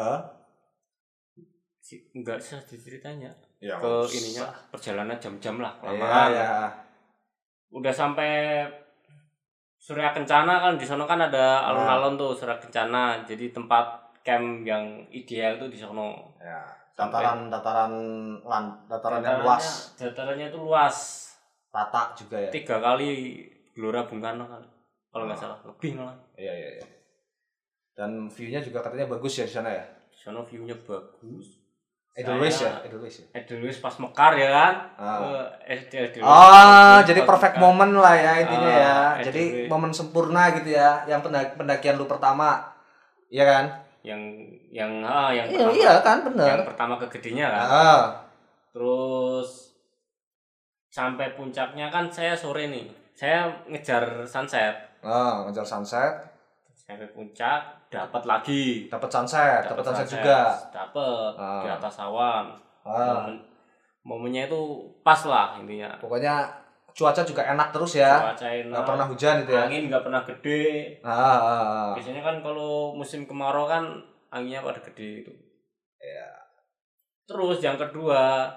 Enggak usah diceritanya ya, ke ininya perjalanan jam-jam lah kelamaan. Ya. Udah sampai Surya Kencana kan, di sana kan ada alun-alun tuh Surya Kencana, jadi tempat camp yang ideal itu di sono. Ya, dataran yang luas. Datarannya itu luas. Rata juga ya. 3 kali Gelora Bung Karno kan. Kalau nggak salah, lebih malah. Iya. Dan view-nya juga katanya bagus ya di sana ya. Di sana view-nya bagus. Edelweiss pas Mekar ya kan. Jadi perfect moment lah ya intinya ya. Jadi momen sempurna gitu ya. Yang pendakian lu pertama. Iya kan? Yang pertama. Iya kan, benar. Yang pertama ke gedenya kan. Terus sampai puncaknya kan saya sore nih. Saya ngejar sunset. Ngejar sunset. Sampai puncak dapat lagi. Dapat sunset juga. Dapat di atas awan. Momennya itu pas lah intinya. Pokoknya cuaca juga enak terus ya. Cuaca enak. Nggak pernah hujan itu ya. Angin nggak pernah gede. Biasanya kan kalau musim kemarau kan anginnya pada gede itu. Iya. Terus yang kedua.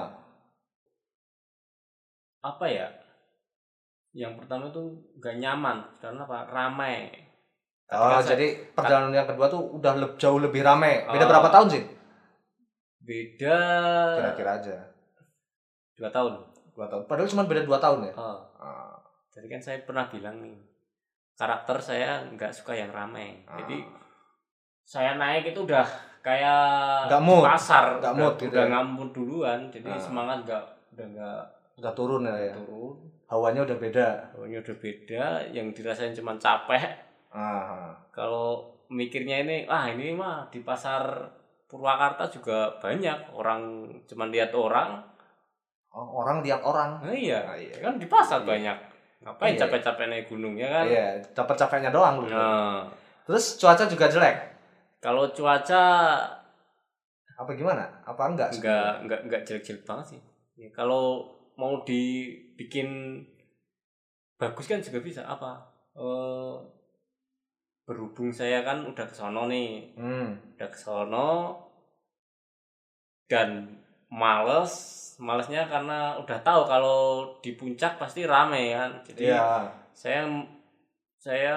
Apa ya? Yang pertama tuh nggak nyaman karena apa? Ramai. Jadi perjalanan yang kedua tuh udah jauh lebih ramai. Beda berapa tahun sih? Beda. Kira-kira aja. 2 tahun. 2 tahun. Padahal cuma beda 2 tahun ya. Jadi kan saya pernah bilang nih, karakter saya nggak suka yang ramai. Jadi saya naik itu udah kayak pasar, udah ngambut duluan. Jadi semangat udah turun ya. Turun. Hawanya udah beda. Yang dirasain cuma capek. Kalau mikirnya ini mah di pasar Purwakarta juga banyak orang, cuma lihat orang. Orang lihat orang. Iya. Kan di pasar banyak. Ngapain capek-capek naik gunung ya kan? Iya, dapat capeknya doang. Terus cuaca juga jelek. Kalau cuaca apa gimana? Apa enggak? Enggak jelek-jelek banget sih. Ya, kalau mau dibikin bagus kan juga bisa apa? Berhubung saya kan udah ke sono nih. Udah ke sono dan malesnya karena udah tahu kalau di puncak pasti rame kan. Jadi saya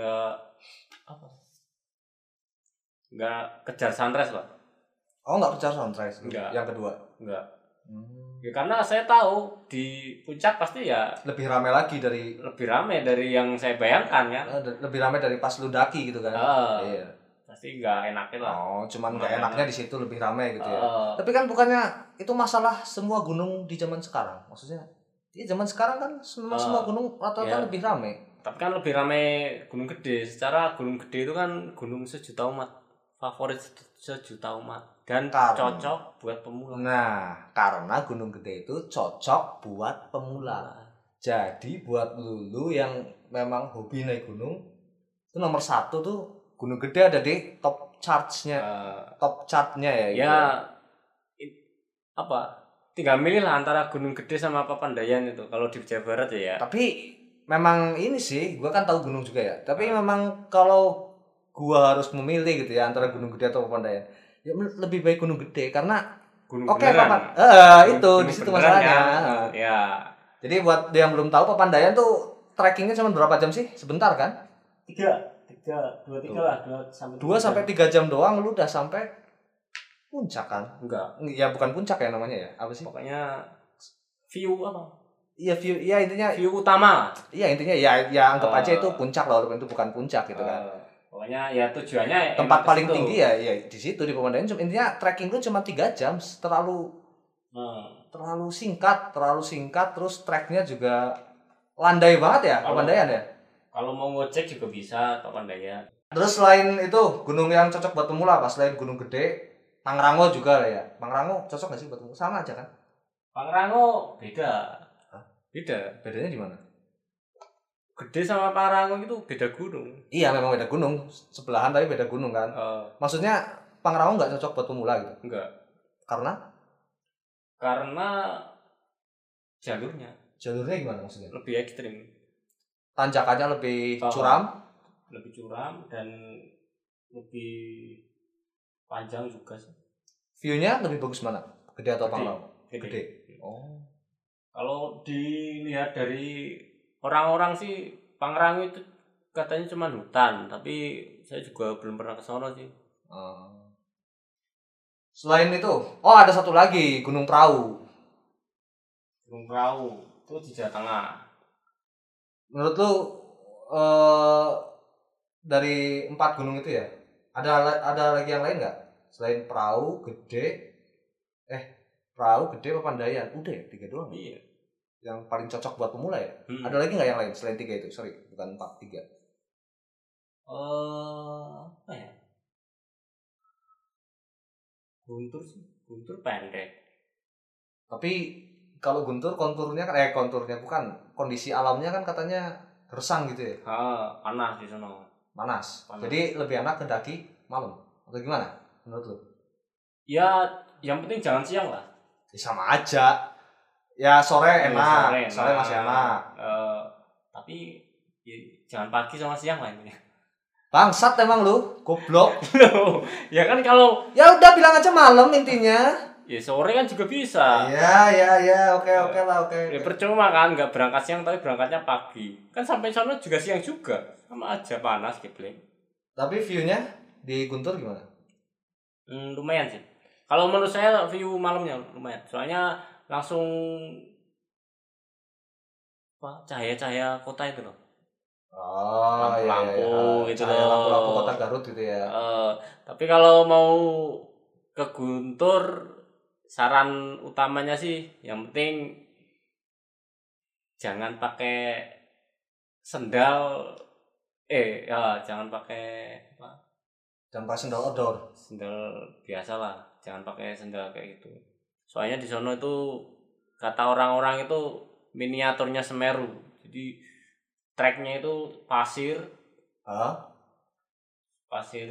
enggak kejar sunrise lah. Enggak kejar sunrise. Enggak. Yang kedua. Enggak. Ya karena saya tahu di puncak pasti ya lebih ramai dari yang saya bayangkan ya. Lebih ramai dari pas lu daki gitu kan. Iya. Pasti enggak enaknya lah. Cuman enggak enaknya di situ lebih ramai gitu ya. Tapi kan bukannya itu masalah semua gunung di zaman sekarang. Maksudnya di zaman sekarang kan semua gunung rata-rata lebih ramai. Tapi kan lebih ramai Gunung Gede. Secara Gunung Gede itu kan gunung sejuta umat. Favorit sejuta umat. Dan cocok buat pemula. Nah, karena Gunung Gede itu cocok buat pemula. Jadi buat lu yang memang hobi naik gunung, itu nomor 1 tuh Gunung Gede ada di top chartnya ya. Ya, tinggal milih lah antara Gunung Gede sama Papandayan itu. Kalau di Jawa Barat ya. Tapi memang ini sih, gua kan tahu gunung juga ya. Tapi memang kalau gua harus memilih gitu ya antara Gunung Gede atau Papandayan, ya lebih baik Gunung Gede karena itu di situ masalahnya. Ya. Jadi buat yang belum tahu Papandayan tuh trekkingnya cuma berapa jam sih? Sebentar kan? 2 sampai 3 jam doang lu udah sampai puncak kan? Enggak. Ya bukan puncak ya namanya ya. Apa sih? Pokoknya view apa? Iya view, ya intinya view utama. Iya intinya ya anggap aja itu puncak lah, walaupun itu bukan puncak gitu kan. Pokoknya ya tujuannya tempat paling tinggi ya di situ di Papandayan. Intinya trekking lu cuma 3 jam, terlalu singkat terus treknya juga landai banget ya Papandayan ya. Kalau mau ngecek juga bisa Papandayan. Terus selain itu gunung yang cocok buat pemula apa? Selain Gunung Gede, Pangrango juga lah ya. Pangrango cocok nggak sih buat pemula? Sama aja kan? Pangrango beda. Beda. Bedanya di mana? Gede sama Pangrango itu beda gunung. Iya memang beda gunung, sebelahan tapi beda gunung kan. Maksudnya Pangrango nggak cocok buat pemula gitu? Enggak. Karena jalurnya. Jalurnya gimana maksudnya? Lebih ekstrim. Tanjakannya lebih curam? Lebih curam dan lebih panjang juga sih. View-nya lebih bagus mana? Gede atau Pangrango? Gede. Kalau dilihat dari orang-orang sih Pangrango itu katanya cuma hutan, tapi saya juga belum pernah ke sono sih. Selain itu, ada satu lagi, Gunung Prau. Gunung Prau itu di Jawa Tengah. Menurut lu dari 4 gunung itu ya, ada lagi yang lain nggak selain Prau, Papandayan? Udah ya 3 doang. Iya. Yang paling cocok buat pemula ya. Ada lagi nggak yang lain selain 3 itu? Sorry, bukan 4, 3. Apa ya? Guntur pendek. Tapi kalau Guntur konturnya bukan, kondisi alamnya kan katanya gersang gitu ya. Panas di sana. Panas. Jadi lebih enak mendaki malam atau gimana menurut lu? Ya, yang penting jangan siang lah. Ya, sama aja. Ya sore enak. Sore masih enak. Tapi ya, jangan pagi sama siang lah intinya. Bangsat emang lu, goblok. Ya kan kalau ya udah bilang aja malam intinya. Ya sore kan juga bisa. Iya, oke lah. Ya percuma kan nggak berangkat siang tapi berangkatnya pagi. Kan sampai sana juga siang juga. Sama aja panas geblek. Tapi view-nya di Guntur gimana? Lumayan sih. Kalau menurut saya view malamnya lumayan. Soalnya langsung cahaya-cahaya kota itu loh. Lampu-lampu gitu loh. Lampu-lampu kota Garut gitu ya. Tapi kalau mau ke Guntur, saran utamanya sih yang penting jangan pakai sendal. Jangan pakai apa? Jangan pakai sendal outdoor. Sendal biasa lah, jangan pakai sendal kayak gitu. Soalnya di sono itu kata orang-orang itu miniaturnya Semeru. Jadi treknya itu pasir. Pasir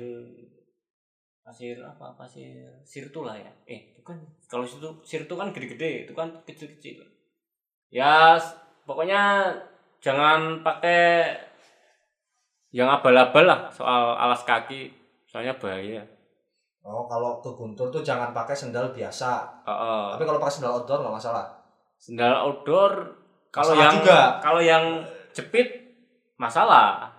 sirtu lah ya. Bukan. Kalau sirtu kan gede-gede, itu kan kecil-kecil. Ya, pokoknya jangan pakai yang abal-abal lah soal alas kaki, soalnya bahaya. Kalau ke Guntur tuh jangan pakai sendal biasa. Tapi kalau pakai sendal outdoor nggak masalah. Sendal outdoor kalau yang jepit masalah.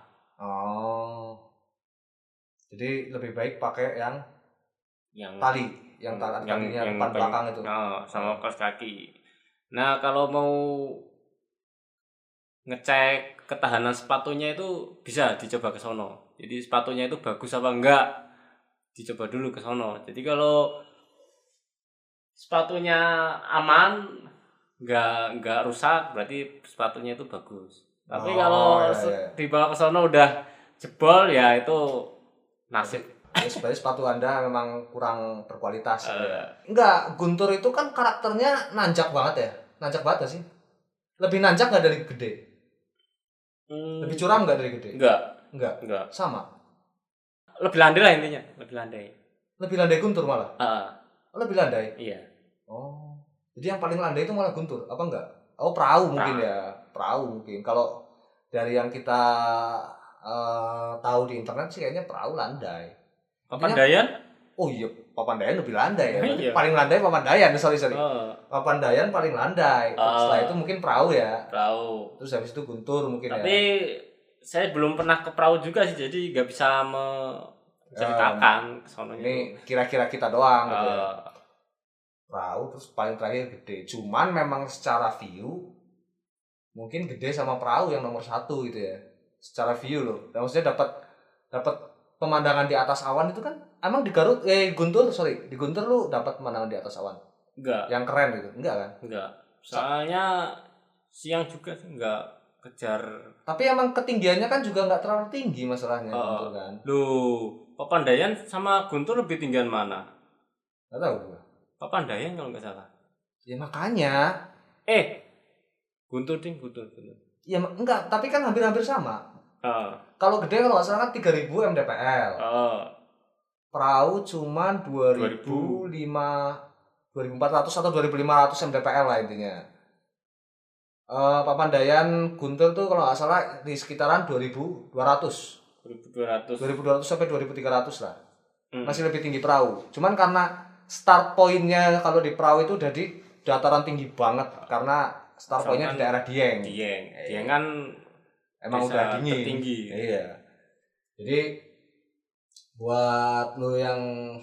Jadi lebih baik pakai yang tali, yang talinya depan belakang itu. Sama kaos kaki. Nah, kalau mau ngecek ketahanan sepatunya itu bisa dicoba ke sono. Jadi sepatunya itu bagus apa enggak, dicoba dulu ke sono. Jadi kalau sepatunya aman, enggak rusak, berarti sepatunya itu bagus. Tapi kalau dibawa ke sono udah jebol, ya itu nasib. Sebenarnya sepatu Anda memang kurang berkualitas. Enggak, Guntur itu kan karakternya nanjak banget ya. Nanjak banget sih. Lebih nanjak enggak dari Gede? Lebih curam enggak dari Gede? Enggak. Sama. Lebih landai lah intinya, Lebih landai Guntur malah. Lebih landai. Iya. Jadi yang paling landai itu malah Guntur, apa enggak? Prau mungkin ya. Prau mungkin. Kalau dari yang kita tahu di internet sih kayaknya Prau landai. Papandayan? Oh iya, Papandayan lebih landai ya. Iya. Paling landai Papandayan, sorry. Papandayan paling landai. Setelah itu mungkin Prau ya. Prau. Terus habis itu Guntur mungkin. Tapi saya belum pernah ke Prau juga sih, jadi nggak bisa menceritakan kesononya. Ini kira-kira kita doang gitu ya. Prau terus paling terakhir Gede. Cuman memang secara view mungkin Gede sama Prau yang nomor 1 gitu ya. Secara view loh. Dan maksudnya dapat pemandangan di atas awan itu kan. Emang di di Guntur lu dapat pemandangan di atas awan? Enggak. Yang keren gitu. Enggak kan? Enggak. Soalnya siang juga sih enggak kejar. Tapi emang ketinggiannya kan juga enggak terlalu tinggi masalahnya Guntur kan. Loh, Papandayan sama Guntur lebih tinggian mana? Enggak tahu gua. Papandayan kalau enggak salah. Ya makanya. Guntur. Ya enggak, tapi kan hampir-hampir sama. Kalau Gede kalau nggak salah kan 3.000 mdpl. Prau cuman 2.400 atau 2.500 mdpl lah intinya. Papandayan Guntur tuh kalau nggak salah di sekitaran 2.200 sampai 2.300 lah. Masih lebih tinggi Prau. Cuman karena start point-nya kalau di Prau itu udah di dataran tinggi banget karena start point-nya di daerah Dieng. Dieng kan emang udah dingin. Tertinggi. Iya. Jadi Buat lu yang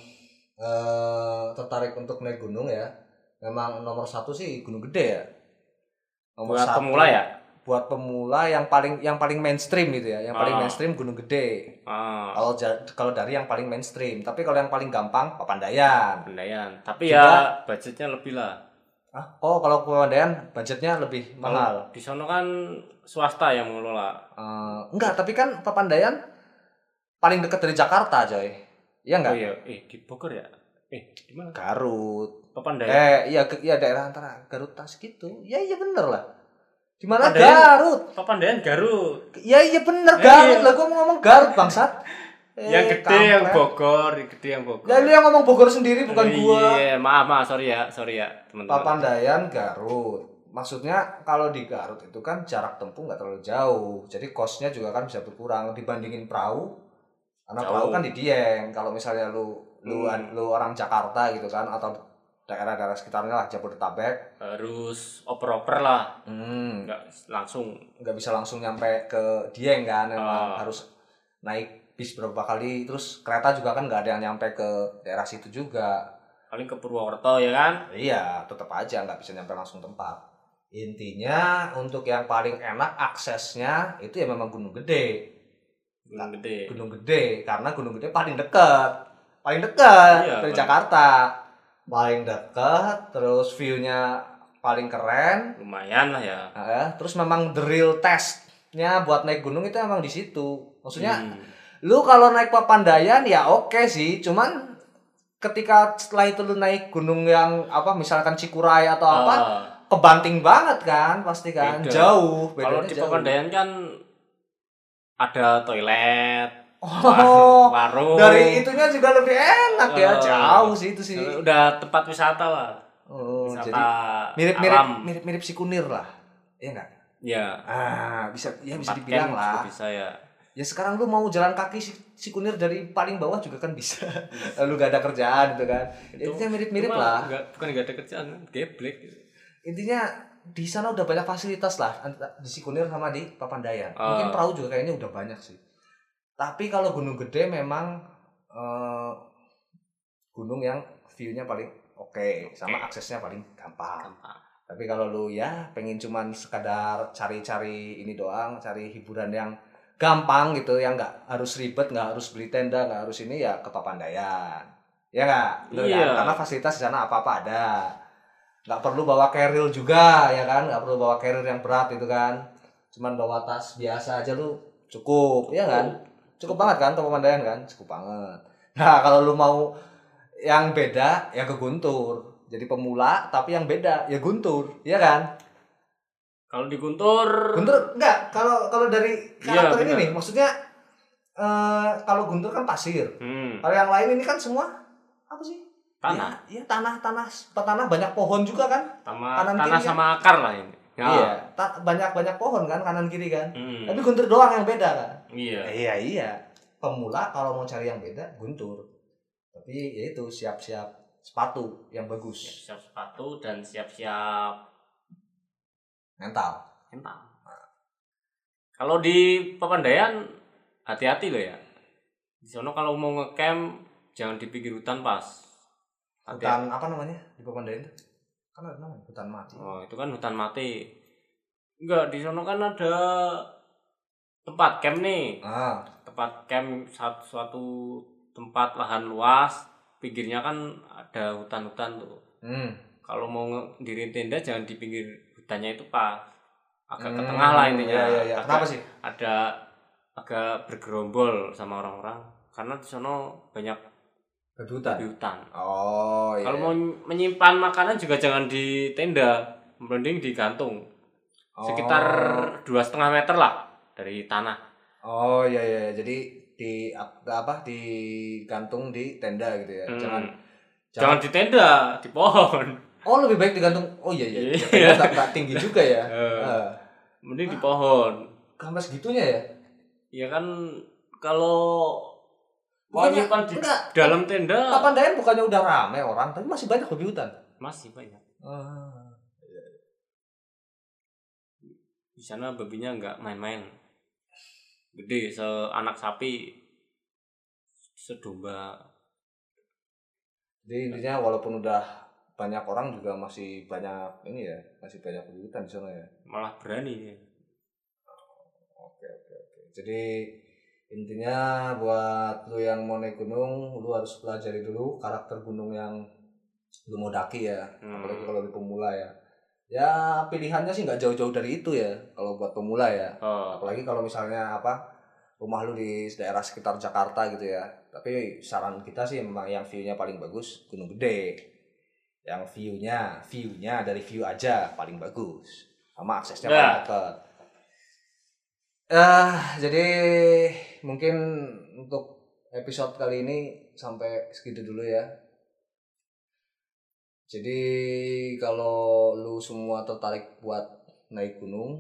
tertarik untuk naik gunung ya, memang nomor 1 sih Gunung Gede ya. Nomor Buat 1 pemula ya? Buat pemula yang paling mainstream gitu ya. Yang paling mainstream Gunung Gede. Kalau dari yang paling mainstream, tapi kalau yang paling gampang Papandayan. Tapi juga, ya budgetnya lebih lah. Oh, kalau Papandayan budgetnya lebih mahal. Di sono kan swasta yang mengelola. Enggak, tapi kan Papandayan paling dekat dari Jakarta, coy. Iya enggak? Oh iya, di Bogor ya? Di mana? Garut. Papandayan. Iya daerah antara Garut Tasik gitu. Ya iya bener lah. Di mana Garut? Papandayan Garut. Ya iya bener Garut lah, gua mau ngomong Garut bangsat. Yang gede yang Bogor, Ya lu yang ngomong Bogor sendiri bukan gua. Iya, maaf sorry ya teman-teman. Papandayan Garut. Maksudnya kalau di Garut itu kan jarak tempuh nggak terlalu jauh, jadi costnya juga kan bisa berkurang dibandingin perahu. Karena perahu kan di Dieng. Kalau misalnya lu orang Jakarta gitu kan, atau daerah-daerah sekitarnya lah, Jabodetabek, harus oper-oper lah. Nggak bisa langsung nyampe ke Dieng kan, emang harus naik bis berapa kali, terus kereta juga kan nggak ada yang nyampe ke daerah situ juga. Paling ke Purwokerto ya kan? Iya, tetap aja nggak bisa nyampe langsung tempat. Intinya untuk yang paling enak aksesnya itu ya memang Gunung Gede. Gunung Gede, karena Gunung Gede paling dekat dari Jakarta. Paling dekat, terus view-nya paling keren, lumayan lah ya. Terus memang the real test-nya buat naik gunung itu emang di situ. Maksudnya lu kalau naik Papandayan ya oke sih, cuman ketika setelah itu lu naik gunung yang misalkan Cikuray atau kebanting banget kan, pasti kan beda. Jauh. Kalau di Papandayan kan ada toilet, warung. Dari itunya juga lebih enak ya, jauh sih itu sih. Udah tempat wisata lah. Wisata jadi mirip Sikunir lah. Iya enggak? Iya. Bisa dibilang lah. Bisa ya. Ya sekarang lu mau jalan kaki Sikunir dari paling bawah juga kan bisa. Lu gak ada kerjaan gitu kan. Intinya mirip-mirip lah. Bukan gak ada kerjaan, geblek. Intinya di sana udah banyak fasilitas lah di Sikunir sama di Papandayan. Mungkin perahu juga kayaknya udah banyak sih. Tapi kalau Gunung Gede memang gunung yang view-nya paling oke, sama aksesnya paling gampang. Tapi kalau lu ya pengen cuman sekadar cari-cari ini doang, cari hiburan yang gampang gitu, yang nggak harus ribet, nggak harus beli tenda, nggak harus ini, ya ke Papandayan. Ya nggak? Iya. Karena fasilitas di sana apa-apa ada. Nggak perlu bawa carrier juga, ya kan? Nggak perlu bawa carrier yang berat itu kan. Cuman bawa tas biasa aja lu cukup, ya kan? Cukup banget kan ke Papandayan kan? Cukup banget. Nah, kalau lu mau yang beda ya ke Guntur. Jadi pemula tapi yang beda ya Guntur, ya kan? Kalau di Guntur enggak, kalau dari karakter ini nih, maksudnya kalau Guntur kan pasir. Kalau yang lain ini kan semua apa sih? Tanah. Ya tanah banyak pohon juga kan? Tanah sama akar lah ini. Iya, banyak pohon kan kanan kiri kan. Tapi Guntur doang yang beda kan. Iya. Pemula kalau mau cari yang beda Guntur. Tapi ya itu siap-siap sepatu yang bagus. Siap sepatu dan siap-siap mental. Kalau di Papandayan hati-hati loh ya. Di sana kalau mau ngecamp jangan di pinggir hutan pas. Hutan apa namanya di Papandayan itu? Kan ada namanya hutan mati. Oh, itu kan hutan mati. Enggak, di sana kan ada tempat camp nih. Tempat camp suatu tempat lahan luas, pinggirnya kan ada hutan-hutan tuh. Kalau mau ngedirin tenda jangan di pinggir hutannya itu pas, agak ke tengah lah intinya. Iya. Kenapa sih? Ada agak bergerombol sama orang-orang karena di sana banyak hutan. Oh iya. Kalau mau menyimpan makanan juga jangan di tenda, mending digantung. Sekitar 2,5 meter lah dari tanah. Oh iya. Jadi digantung di tenda gitu ya. Jangan di tenda, di pohon. Oh, lebih baik digantung. Oh iya. Tenda tak tinggi juga ya. Mending di pohon. Sampai segitunya ya? Iya kan kalau mau nyimpan di dalam tenda. Papandayan bukannya udah ramai orang, tapi masih banyak babi hutan. Masih banyak. Di sana babinya nggak main-main. Gede, seanak sapi. sedomba. Jadi intinya walaupun udah banyak orang juga masih banyak ini ya, masih banyak kejutan di sana ya. Malah berani ya. Oke. Jadi intinya buat lu yang mau naik gunung, lu harus pelajari dulu karakter gunung yang lu mau daki ya. Apalagi kalau di pemula ya. Ya pilihannya sih nggak jauh-jauh dari itu ya kalau buat pemula ya. Apalagi kalau misalnya rumah lu di daerah sekitar Jakarta gitu ya. Tapi saran kita sih memang yang view-nya paling bagus Gunung Gede. Yang view-nya dari view aja paling bagus. Sama aksesnya paling dekat. Jadi mungkin untuk episode kali ini sampai segitu dulu ya. Jadi kalau lu semua tertarik buat naik gunung,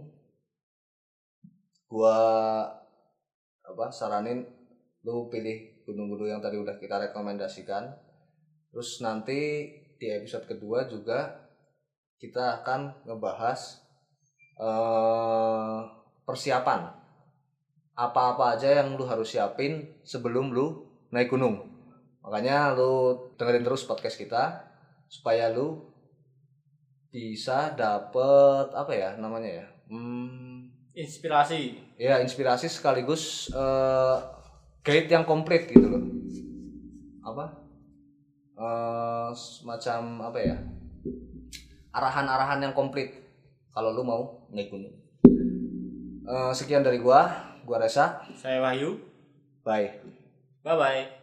gua saranin lu pilih gunung-gunung yang tadi udah kita rekomendasikan. Terus nanti di episode kedua juga kita akan ngebahas persiapan apa-apa aja yang lu harus siapin sebelum lu naik gunung. Makanya lu dengerin terus podcast kita supaya lu bisa dapet inspirasi. Ya, inspirasi sekaligus guide yang komplit gitu loh. Semacam arahan-arahan yang komplit kalau lu mau naik gunung. Sekian dari gua Resa. Saya Wahyu. Bye. Bye.